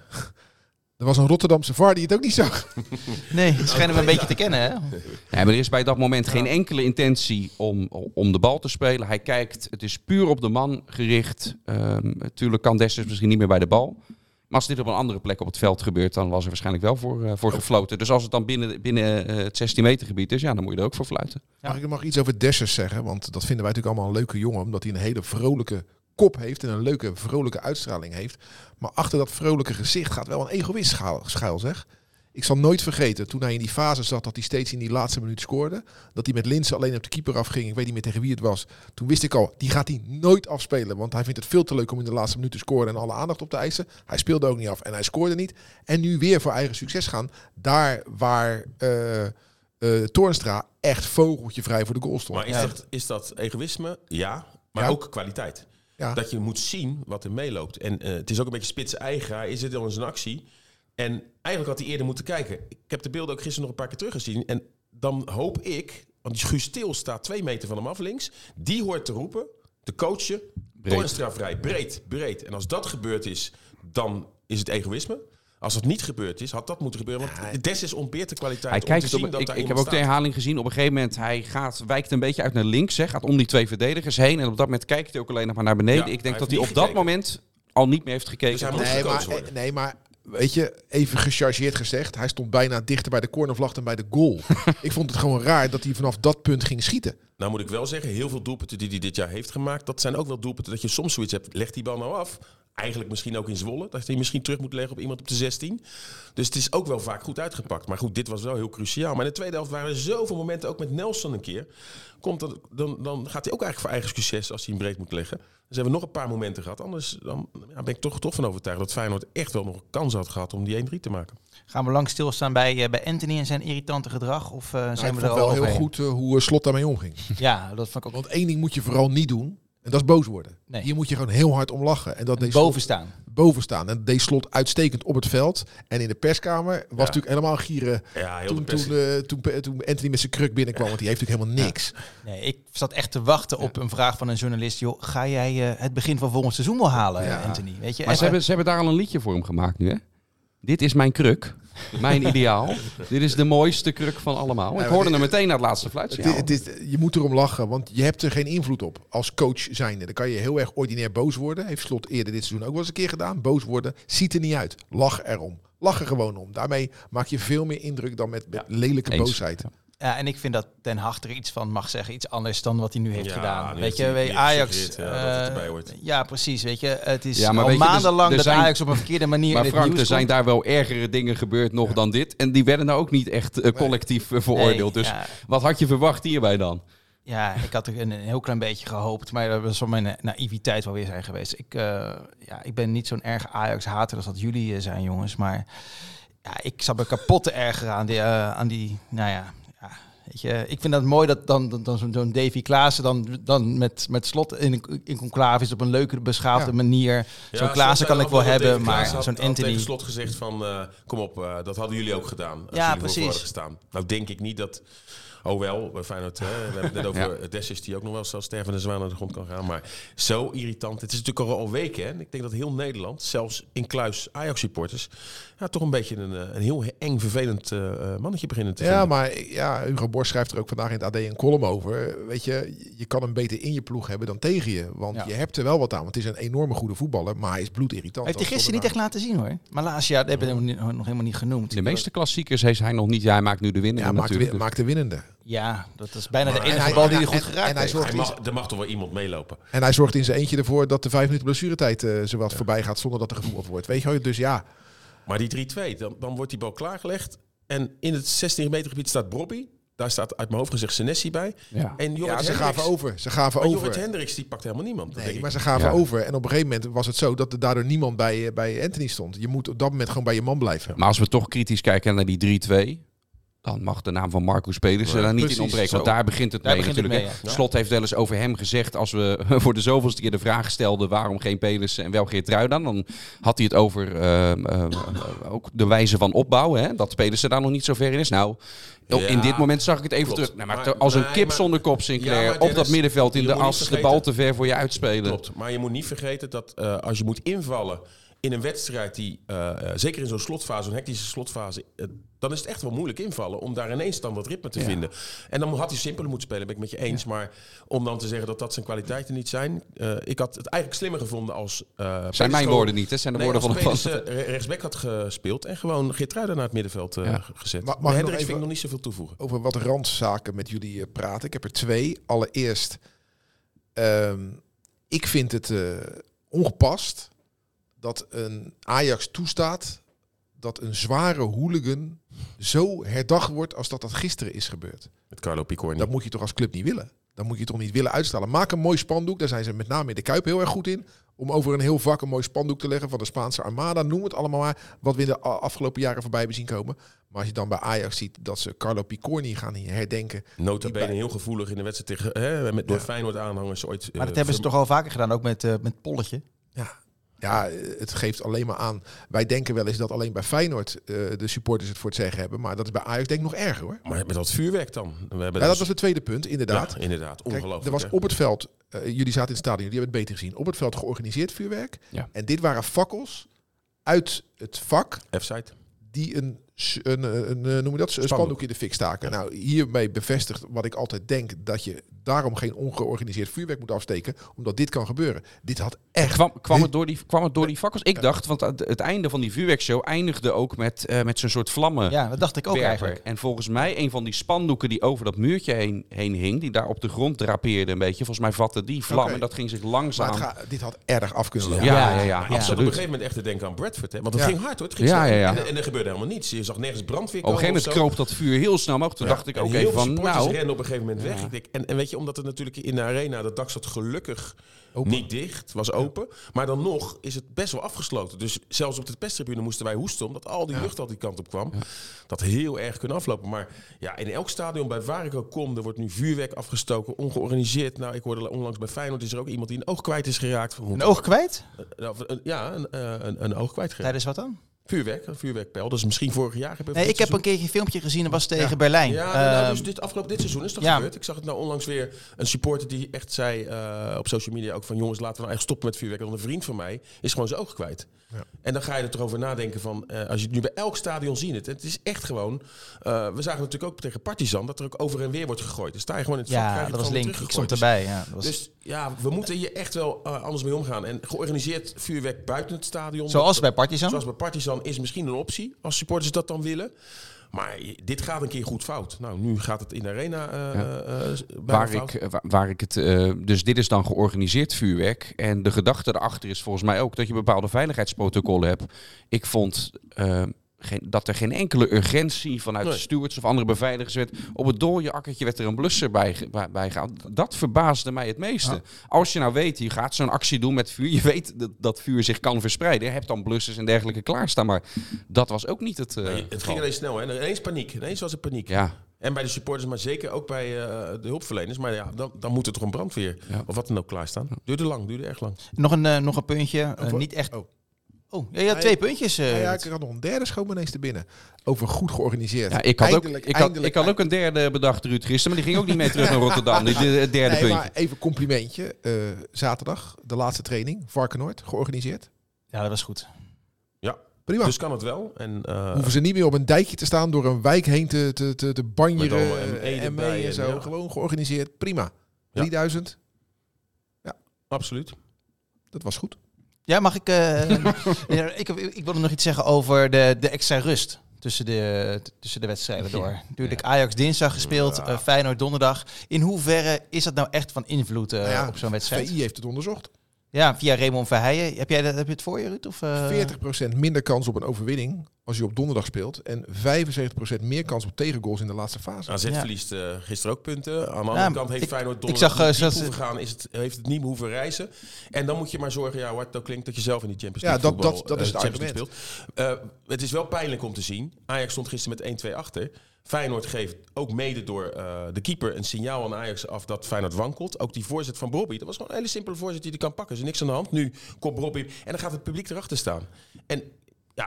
S5: Er was een Rotterdamse V A R die het ook niet zag.
S2: Nee, het schijnen we een beetje te kennen, hè?
S3: Ja, maar er is bij dat moment geen enkele intentie om, om de bal te spelen. Hij kijkt, het is puur op de man gericht. Um, natuurlijk kan Dessers misschien niet meer bij de bal. Maar als dit op een andere plek op het veld gebeurt, dan was er waarschijnlijk wel voor, uh, voor gefloten. Dus als het dan binnen, binnen uh, het zestien meter gebied is, ja, dan moet je er ook voor fluiten.
S2: Ja.
S5: Mag ik nog iets over Dessers zeggen? Want dat vinden wij natuurlijk allemaal een leuke jongen. Omdat hij een hele vrolijke kop heeft en een leuke vrolijke uitstraling heeft. Maar achter dat vrolijke gezicht gaat wel een egoïst schuil, schuil zeg. Ik zal nooit vergeten, toen hij in die fase zat dat hij steeds in die laatste minuut scoorde. Dat hij met Linsen alleen op de keeper afging. Ik weet niet meer tegen wie het was. Toen wist ik al, die gaat hij nooit afspelen. Want hij vindt het veel te leuk om in de laatste minuut te scoren en alle aandacht op te eisen. Hij speelde ook niet af en hij scoorde niet. En nu weer voor eigen succes gaan. Daar waar uh, uh, Toornstra echt vogeltje vrij voor de goal stond.
S4: Maar is,
S2: Ja.
S4: dat, is dat egoïsme? Ja, maar
S5: Ja.
S4: ook kwaliteit.
S5: Ja.
S4: Dat je moet zien wat er meeloopt. En uh, het is ook een beetje spitse eigen. Is het dan eens een actie? En eigenlijk had hij eerder moeten kijken. Ik heb de beelden ook gisteren nog een paar keer teruggezien. En dan hoop ik, want die Guus Til staat twee meter van hem af links. Die hoort te roepen, te coachen. Toornstra vrij, breed, breed. En als dat gebeurd is, dan is het egoïsme. Als dat niet gebeurd is, had dat moeten gebeuren. Want Dessers ontbeert de kwaliteit
S3: Hij
S4: om
S3: kijkt
S4: te zien
S3: op,
S4: dat
S3: ik,
S4: daar
S3: ik heb
S4: iemand
S3: ook de
S4: staat.
S3: herhaling gezien. Op een gegeven moment, hij gaat, wijkt een beetje uit naar links. Hè, gaat om die twee verdedigers heen. En op dat moment kijkt hij ook alleen nog maar naar beneden.
S4: Ja,
S3: ik denk
S4: hij
S3: dat hij
S4: heeft
S3: op
S4: niet
S3: dat
S4: gekeken.
S3: moment al niet meer heeft gekeken.
S4: Dus hij moet
S5: Nee
S4: gecoacht
S5: maar,
S4: worden.
S5: eh, nee, maar weet je, even gechargeerd gezegd. Hij stond bijna dichter bij de cornervlag dan bij de goal. Ik vond het gewoon raar dat hij vanaf dat punt ging schieten.
S4: Nou moet ik wel zeggen, heel veel doelpunten die hij dit jaar heeft gemaakt, dat zijn ook wel doelpunten dat je soms zoiets hebt. Legt die bal nou af? Eigenlijk misschien ook in Zwolle. Dat hij misschien terug moet leggen op iemand op de zestien. Dus het is ook wel vaak goed uitgepakt. Maar goed, dit was wel heel cruciaal. Maar in de tweede helft waren er zoveel momenten, ook met Nelson een keer. Komt dat, dan, dan gaat hij ook eigenlijk voor eigen succes als hij hem breed moet leggen. Dus hebben we nog een paar momenten gehad. Anders dan, ja, ben ik toch, toch van overtuigd dat Feyenoord echt wel nog een kans had gehad om die één drie te maken.
S2: Gaan we lang stilstaan bij, uh, bij Anthony en zijn irritante gedrag? Of uh, zijn
S5: Nou, ik
S2: we
S5: vond
S2: er
S5: wel
S2: al
S5: heel
S2: overheen?
S5: goed uh, hoe uh, Slot daarmee omging.
S2: Ja, dat vond ik ook.
S5: Want één ding moet je vooral niet doen. En dat is boos worden.
S2: Nee.
S5: Hier moet je gewoon heel hard om lachen. En dat deed
S2: Boven
S5: Slot,
S2: staan.
S5: boven staan. En dat deed Slot uitstekend op het veld. En in de perskamer was natuurlijk helemaal gieren.
S4: Ja, heel
S5: Toen,
S4: de
S5: toen, uh, toen, toen Anthony met zijn kruk binnenkwam. Want die heeft natuurlijk helemaal niks.
S2: Nee, ik zat echt te wachten op een vraag van een journalist. Joh, ga jij uh, het begin van volgend seizoen wel halen,
S5: Ja.
S2: Anthony? Weet je?
S3: Maar ze
S2: Even-
S3: hebben, ze hebben daar al een liedje voor hem gemaakt nu, hè? Dit is mijn kruk. Mijn ideaal. Dit is de mooiste kruk van allemaal. Ik hoorde hem meteen naar het laatste fluitsignaal.
S5: Het is, het is, je moet erom lachen, want je hebt er geen invloed op als coach zijnde. Dan kan je heel erg ordinair boos worden. Heeft Slot eerder dit seizoen ook wel eens een keer gedaan. Boos worden, ziet er niet uit. Lach erom. Lach er gewoon om. Daarmee maak je veel meer indruk dan met, met lelijke
S3: Eens.
S5: boosheid.
S2: Ja, en ik vind dat Ten Hag er iets van mag zeggen. Iets anders dan wat hij nu heeft
S4: Ja,
S2: gedaan.
S4: nu
S2: Weet
S4: heeft
S2: je,
S4: hij-
S2: weet je,
S4: nu heeft hij
S2: Ajax...
S4: gesuggereerd, ja, dat het
S2: eh,
S4: erbij hoort.
S2: ja, precies. Weet je, het is
S3: Ja, maar
S2: al
S3: weet je, dus
S2: maandenlang
S3: er
S2: dat
S3: zijn-
S2: Ajax op een verkeerde manier
S3: Maar
S2: in het
S3: Frank,
S2: nieuws
S3: er zijn
S2: komt.
S3: daar wel ergere dingen gebeurd nog dan dit. En die werden nou ook niet echt uh, collectief uh, veroordeeld.
S2: Nee,
S3: dus
S2: ja.
S3: wat had je verwacht hierbij dan?
S2: Ja, ik had er een, een heel klein beetje gehoopt, maar dat was van mijn na- naïviteit wel weer zijn geweest. Ik, uh, ja, ik ben niet zo'n erg Ajax-hater als dat jullie uh, zijn, jongens. Maar ja, ik zat me kapot te ergeren aan die, uh, aan die nou ja, ja, Weet je, ik vind dat mooi dat dan, dan, dan zo'n, zo'n Davy Klaassen dan, dan met, met Slot in, in conclave is op een leuke, beschaafde
S5: Ja.
S2: manier.
S4: Ja,
S2: zo'n Klaassen kan ik wel hebben, maar
S4: had,
S2: zo'n
S4: had
S2: Anthony...
S4: tegen Slot gezegd van, uh, kom op, uh, dat hadden jullie ook gedaan. Als
S2: Ja,
S4: jullie
S2: precies.
S4: voor hadden gestaan. Nou denk ik niet dat... Oh wel, Feyenoord, hè, we hebben het net over ja. Dessers die ook nog wel zelfs stervende zwaan naar de grond kan gaan. Maar zo irritant. Het is natuurlijk al, al weken. Hè. En ik denk dat heel Nederland, zelfs incluis Ajax-supporters... Ja, toch een beetje een, een heel eng, vervelend uh, mannetje beginnen te
S5: ja,
S4: vinden.
S5: maar ja, Hugo Borst schrijft er ook vandaag in het A D een column over. Weet je, je kan hem beter in je ploeg hebben dan tegen je. Want
S2: Ja.
S5: je hebt er wel wat aan. Want het is een enorme goede voetballer, maar hij is bloedirritant.
S2: Heeft hij gisteren niet echt laten zien hoor. Malasia, dat hebben we nog, niet, nog helemaal niet genoemd.
S3: De meeste klassiekers heeft hij nog niet. Ja, hij maakt nu de winnaar
S5: Ja, maakt de,
S3: natuurlijk.
S5: maakt de winnende.
S2: Ja, dat is bijna de
S5: Maar-
S2: enige
S5: en hij-
S2: bal die
S5: en
S2: hij goed
S5: hij-
S2: geraakt
S5: en hij
S2: heeft.
S5: zorgt-
S4: Hij mag, er mag toch wel iemand meelopen.
S5: En hij zorgt in zijn eentje ervoor dat de vijf minuten blessuretijd uh, zowat ja. voorbij gaat zonder dat er gevoetbald wordt. Weet je wel? Dus ja,
S4: Maar die drie twee, dan, dan wordt die bal klaargelegd. En in het zestien meter gebied staat Brobby. Daar staat uit mijn hoofd gezegd Senesi bij.
S3: Ja.
S4: En Jorrit
S5: ja ze
S4: Hendricks,
S5: gaven over. Ze gaven
S4: maar
S5: over.
S4: Jorrit Hendricks die pakt helemaal niemand. Dat
S5: Nee,
S4: denk
S5: maar
S4: ik.
S5: ze gaven
S3: Ja.
S5: over. En op een gegeven moment was het zo dat er daardoor niemand bij, bij Anthony stond. Je moet op dat moment gewoon bij je man blijven.
S3: Maar als we toch kritisch kijken naar die drie twee... dan mag de naam van Marcus Pedersen
S4: Ja,
S3: daar niet
S5: precies,
S3: in ontbreken. Want
S2: zo.
S3: daar begint het
S2: Daar
S3: mee
S2: begint het
S3: natuurlijk.
S2: mee,
S3: hè.
S4: ja.
S3: Slot heeft wel eens over hem gezegd... als we voor de zoveelste keer de vraag stelden... waarom geen Pedersen en wel Geertruida... dan had hij het over uh, uh, uh, ook de wijze van opbouwen. Hè? Dat Pedersen daar nog niet zo ver in is. Nou,
S4: Ja,
S3: in dit moment zag ik het even
S4: klopt.
S3: terug. Nou, maar
S4: Maar-
S3: te- als een
S4: nee,
S3: kip
S4: maar-
S3: zonder kop, Sinclair...
S4: Ja, maar
S3: op dat
S4: Dennis,
S3: middenveld in
S4: je
S3: de
S4: moet niet
S3: as... de
S4: vergeten-
S3: bal te ver voor je uitspelen.
S4: Klopt, maar je moet niet vergeten dat uh, als je moet invallen in een wedstrijd die, uh, uh, zeker in zo'n slotfase, een hectische slotfase, uh, dan is het echt wel moeilijk invallen om daar ineens dan dat ritme te
S3: Ja.
S4: vinden. En dan had hij simpeler moeten spelen, ben ik met je eens. Ja. Maar om dan te zeggen dat dat zijn kwaliteiten niet zijn, uh, ik had het eigenlijk slimmer gevonden als... Uh,
S3: Zijn mijn woorden niet, hè? Zijn de
S4: nee,
S3: woorden
S4: als
S3: van...
S4: Pedersen uh, rechtsback had gespeeld en gewoon Geertruida naar het middenveld uh,
S3: Ja.
S4: gezet.
S5: Ma- mag
S4: Maar
S5: ik nog
S4: Hendricks
S5: even-
S4: vind ik nog niet zoveel toevoegen.
S5: Over wat randzaken met jullie uh, praten. Ik heb er twee. Allereerst, um, ik vind het uh, ongepast dat een Ajax toestaat dat een zware hooligan zo herdacht wordt als dat dat gisteren is gebeurd.
S4: Met Carlo Picorni.
S5: Dat moet je toch als club niet willen. Dan moet je toch niet willen uitstralen. Maak een mooi spandoek. Daar zijn ze met name in de Kuip heel erg goed in. Om over een heel vak een mooi spandoek te leggen van de Spaanse Armada. Noem het allemaal maar. Wat we in de afgelopen jaren voorbij hebben zien komen. Maar als je dan bij Ajax ziet dat ze Carlo Picorni gaan herdenken.
S4: Nota
S5: die
S4: bene
S5: bij-
S4: heel gevoelig in de wedstrijd tegen hè, met door
S5: Ja.
S4: Feyenoord aanhangers ooit.
S2: Maar dat hebben ze toch al vaker gedaan, ook met, uh, met Polletje.
S5: Ja. Ja, het geeft alleen maar aan. Wij denken wel eens dat alleen bij Feyenoord uh, de supporters het voor het zeggen hebben. Maar dat is bij Ajax denk ik nog erger hoor.
S4: Maar met dat vuurwerk dan? We hebben
S5: Ja, dat
S4: dus-
S5: was het tweede punt, inderdaad.
S4: Ja, inderdaad.
S5: Kijk,
S4: Ongelooflijk.
S5: er was
S4: hè?
S5: op het veld, uh, jullie zaten in het stadion, jullie hebben het beter gezien. Op het veld georganiseerd vuurwerk.
S3: Ja.
S5: En dit waren fakkels uit het vak
S4: F-site.
S5: die een, een, een, een noem je dat, een spandoek in de fik staken.
S4: Ja.
S5: Nou, hiermee bevestigt wat ik altijd denk, dat je daarom geen ongeorganiseerd vuurwerk moet afsteken, omdat dit kan gebeuren. Dit had echt...
S3: Kwam, kwam, het door die, kwam het door die fakkels? Ik dacht, want het, het einde van die vuurwerkshow eindigde ook met, uh, met zo'n soort vlammen.
S2: Ja, dat dacht ik ook
S3: werper.
S2: eigenlijk.
S3: En volgens mij een van die spandoeken die over dat muurtje heen, heen hing, die daar op de grond drapeerde een beetje, volgens mij vatte die vlam
S5: Oké.
S3: en dat ging zich
S5: Maar
S3: langzaam...
S5: het ga, dit had erg af kunnen lopen.
S3: Ja,
S2: Ja,
S3: ja, ja,
S2: ja.
S4: Ik zat op een
S3: absoluut.
S4: gegeven moment echt te denken aan Bradford. Hè? Want het
S5: Ja.
S4: ging hard hoor. Het ging
S3: Ja,
S4: snel.
S3: ja, ja.
S4: En, en er gebeurde helemaal niets. Je zag nergens brandweer
S3: Op een
S4: komen
S3: gegeven moment
S4: of zo.
S3: kroop dat vuur heel snel omhoog. Toen
S4: Ja,
S3: dacht ik
S4: en
S3: ook
S4: heel
S3: even
S4: veel
S3: van,
S4: supporters
S3: nou...
S4: rennen op een gegeven moment weg.
S3: Ja.
S4: Ik denk, en, en weet je, omdat het natuurlijk in de arena, dat dak zat gelukkig
S5: Open.
S4: niet dicht, was open. Maar dan nog is het best wel afgesloten. Dus zelfs op de perstribune moesten wij hoesten, omdat al die
S5: Ja.
S4: lucht al die kant op kwam. Dat heel erg kunnen aflopen. Maar ja, in elk stadion, bij waar ik ook kom, er wordt nu vuurwerk afgestoken, ongeorganiseerd. Nou, ik hoorde onlangs bij Feyenoord, is er ook iemand die een oog kwijt is geraakt. We
S2: Een
S4: moeten-
S2: oog kwijt?
S4: Uh, uh, uh, ja, een, uh, een, een oog kwijt geraakt.
S2: Tijdens wat dan?
S4: Vuurwerk, een vuurwerkpijl. Dat is misschien vorig jaar. Heb
S2: Nee, ik heb een keertje een filmpje gezien, dat was tegen
S5: Ja.
S2: Berlijn.
S4: Ja, nou,
S2: Ehm,
S4: dus dit afgelopen dit seizoen is dat
S2: ja.
S4: gebeurd. Ik zag het nou onlangs weer een supporter die echt zei uh, op social media ook van jongens, laten we nou echt stoppen met vuurwerk. Want een vriend van mij is gewoon zijn oog kwijt.
S5: Ja.
S4: En dan ga je er toch over nadenken van, uh, als je het nu bij elk stadion ziet het. Het is echt gewoon, uh, we zagen natuurlijk ook tegen Partizan dat er ook over en weer wordt gegooid. Dus sta je gewoon in het vak, krijg
S2: ja,
S4: je
S2: dat
S4: het
S2: was
S4: gewoon
S2: link. Ik stond
S4: teruggegooid.
S2: erbij. Ja, dat was...
S4: Dus, dus ja, we moeten hier echt wel uh, anders mee omgaan. En georganiseerd vuurwerk buiten het stadion.
S2: Zoals
S4: dat-
S2: bij Partizan?
S4: Zoals bij Partizan is misschien een optie, als supporters dat dan willen. Maar dit gaat een keer goed fout. Nou, nu gaat het in de arena uh,
S3: Ja.
S4: uh, uh,
S3: Waar
S4: fout.
S3: ik, waar, waar ik het, uh, dus dit is dan georganiseerd vuurwerk. En de gedachte erachter is volgens mij ook dat je bepaalde veiligheidsprotocollen hebt. Ik vond uh, geen, dat er geen enkele urgentie vanuit
S4: Nee.
S3: stewards of andere beveiligers werd. Op het dode akkertje werd er een blusser bij, bij, bij gehaald. Dat verbaasde mij het meeste.
S5: Ja.
S3: Als je nou weet, je gaat zo'n actie doen met vuur. Je weet dat, dat vuur zich kan verspreiden. Je hebt dan blussers en dergelijke klaarstaan. Maar dat was ook niet het uh,
S4: Nee, het ging
S3: geval.
S4: ineens snel. Hè? Ineens paniek. Ineens was er paniek.
S3: Ja.
S4: En bij de supporters, maar zeker ook bij uh, de hulpverleners. Maar ja, dan, dan moet er toch een brandweer ja. of wat dan ook klaarstaan. Duurde lang, duurde erg lang.
S2: Nog een, uh, nog een puntje. Uh, niet echt...
S5: Oh.
S2: Oh, ja, je had twee puntjes. Uh,
S5: ja, ja, ik had nog een derde schoon ineens te binnen. Over goed georganiseerd.
S3: Ja, ik had,
S5: eindelijk,
S3: ook, ik, had, ik had ook een derde bedacht, Ruud, gisteren. Maar die ging ook niet mee terug naar Rotterdam. Die, het derde
S5: nee,
S3: puntje.
S5: Maar even complimentje. Uh, zaterdag, de laatste training. Varkenoord, georganiseerd.
S2: Ja, dat was goed.
S4: Ja,
S5: prima.
S4: Dus kan het wel. En, uh,
S5: hoeven ze niet meer op een dijkje te staan, door een wijk heen te, te, te, te banjeren. En mee en zo. Ja. Gewoon georganiseerd. Prima. drieduizend. Ja.
S4: Absoluut.
S5: Dat was goed.
S2: Ja, mag ik... Uh, ja, ik, ik wilde nog iets zeggen over de, de extra rust tussen de, tussen de wedstrijden door. Natuurlijk Ajax dinsdag gespeeld, ja. uh, Feyenoord donderdag. In hoeverre is dat nou echt van invloed uh, nou ja, op zo'n wedstrijd?
S5: V I heeft het onderzocht.
S2: Ja, via Raymond Verheijen. Heb jij dat, heb je het voor je, Ruud? Of, uh...
S5: veertig procent minder kans op een overwinning als je op donderdag speelt. En vijfenzeventig procent meer kans op tegengoals in de laatste fase.
S4: A Z ja. verliest uh, gisteren ook punten. Aan de andere
S2: ja,
S4: kant heeft
S2: ik,
S4: Feyenoord donderdag
S2: ik zag,
S4: niet
S2: uh,
S4: hoeven gaan. Is het, heeft het niet meer hoeven reizen. En dan moet je maar zorgen, ja, hoe het ook klinkt, dat je zelf in die Champions League
S5: ja, dat,
S4: voetbal,
S5: dat, dat is
S4: uh,
S5: het argument.
S4: speelt. Uh, het is wel pijnlijk om te zien. Ajax stond gisteren met één twee achter. Feyenoord geeft ook mede door uh, de keeper een signaal aan Ajax af dat Feyenoord wankelt. Ook die voorzet van Brobby, dat was gewoon een hele simpele voorzet die hij kan pakken. Er is niks aan de hand. Nu komt Brobby en dan gaat het publiek erachter staan. En ja,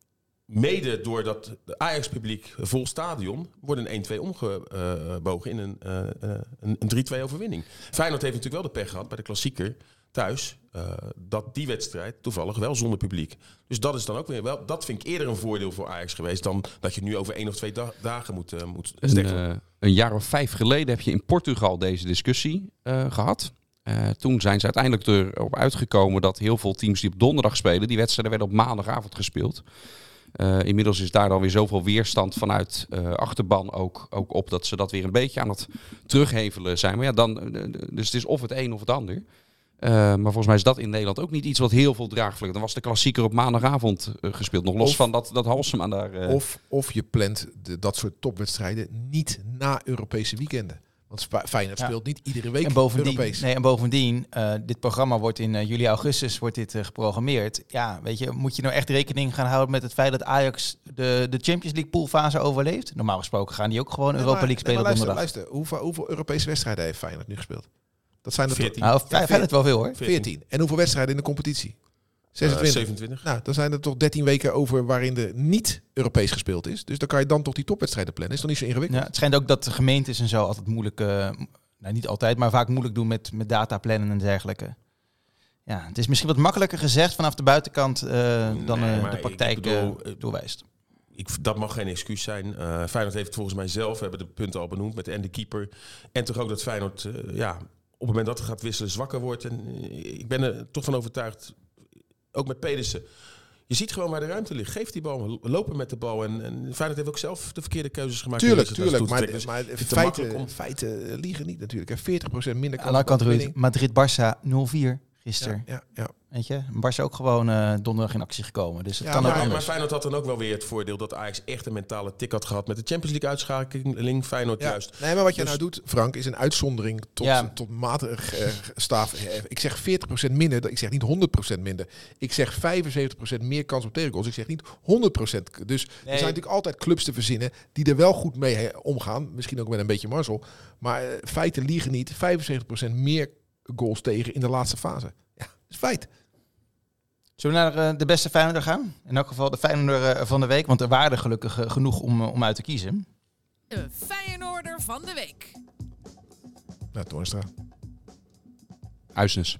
S4: mede door dat Ajax-publiek vol stadion wordt een één twee omgebogen in een, uh, uh, een, een drie twee overwinning. Feyenoord heeft natuurlijk wel de pech gehad bij de klassieker thuis, uh, dat die wedstrijd toevallig wel zonder publiek. Dus dat is dan ook weer wel, dat vind ik eerder een voordeel voor Ajax geweest dan dat je nu over één of twee da- dagen moet, uh, moet steggelen.
S3: Een, uh, een jaar of vijf geleden heb je in Portugal deze discussie uh, gehad. Uh, toen zijn ze uiteindelijk erop uitgekomen dat heel veel teams die op donderdag spelen, die wedstrijden werden op maandagavond gespeeld. Uh, inmiddels is daar dan weer zoveel weerstand vanuit uh, achterban ook, ook op dat ze dat weer een beetje aan het terughevelen zijn. Maar ja, dan, uh, dus het is of het een of het ander. Uh, maar volgens mij is dat in Nederland ook niet iets wat heel veel draagvlak. Dan was de klassieker op maandagavond uh, gespeeld. Nog los of, van dat, dat Halsema daar... Uh...
S5: Of, of je plant de, dat soort topwedstrijden niet na Europese weekenden. Want Feyenoord ja. speelt niet iedere week
S2: en bovendien,
S5: Europees.
S2: Nee, en bovendien, uh, dit programma wordt in uh, juli, augustus wordt dit uh, geprogrammeerd. Ja, weet je, moet je nou echt rekening gaan houden met het feit dat Ajax de, de Champions League poolfase overleeft? Normaal gesproken gaan die ook gewoon nee, Europa maar, League spelen
S5: nee, luister,
S2: donderdag.
S5: Luister, hoeveel, hoeveel Europese wedstrijden heeft Feyenoord nu gespeeld? Dat zijn er
S4: veertien.
S2: Nou, ja, Feyenoord wel veel hoor.
S5: veertien. En hoeveel wedstrijden in de competitie? zesentwintig.
S4: Uh, zevenentwintig.
S5: Nou, dan zijn er toch dertien weken over waarin er niet Europees gespeeld is. Dus dan kan je dan toch die topwedstrijden plannen. Is toch niet zo ingewikkeld?
S2: Ja, het schijnt ook dat de gemeentes en zo altijd moeilijk... Uh, Nou, niet altijd, maar vaak moeilijk doen met, met dataplannen en dergelijke. Ja, het is misschien wat makkelijker gezegd vanaf de buitenkant uh, dan nee, uh, de praktijk ik bedoel, uh, doorwijst.
S4: Ik, dat mag geen excuus zijn. Uh, Feyenoord heeft volgens mij zelf, we hebben de punten al benoemd, met en de keeper. En toch ook dat Feyenoord, uh, ja, op het moment dat het gaat wisselen, zwakker wordt. En uh, ik ben er toch van overtuigd, ook met Pedersen. Je ziet gewoon waar de ruimte ligt. Geef die bal, lopen met de bal. En, en Feyenoord heeft ook zelf de verkeerde keuzes gemaakt.
S5: Tuurlijk, tuurlijk. Maar,
S4: dus
S5: maar feiten, om... feiten liegen niet natuurlijk. veertig procent minder kans.
S2: Aan de andere kant, Madrid-Barça nul vier gisteren.
S5: Ja, ja, ja.
S2: Weet je, Barça ook gewoon uh, donderdag in actie gekomen. Dus het
S4: ja,
S2: kan
S4: maar,
S2: ook anders.
S4: Maar Feyenoord had dan ook wel weer het voordeel dat Ajax echt een mentale tik had gehad met de Champions League uitschakeling. Feyenoord
S5: ja.
S4: juist.
S5: Nee, maar wat je
S4: dus...
S5: nou doet, Frank, is een uitzondering tot, ja. tot matig uh, staaf. Ik zeg veertig procent minder, ik zeg niet honderd procent minder. Ik zeg vijfenzeventig procent meer kans op tegengoals. Ik zeg niet honderd procent. Dus nee. Er zijn natuurlijk altijd clubs te verzinnen die er wel goed mee omgaan. Misschien ook met een beetje mazzel. Maar uh, feiten liegen niet. vijfenzeventig procent meer goals tegen in de laatste fase. Ja, dat is feit.
S2: Zullen we naar uh, de beste Feyenoorder gaan? In elk geval de Feyenoorder uh, van de week. Want er waren er gelukkig uh, genoeg om, uh, om uit te kiezen.
S1: De Feyenoorder van de week.
S5: Nou, Toornstra.
S3: Uisnes.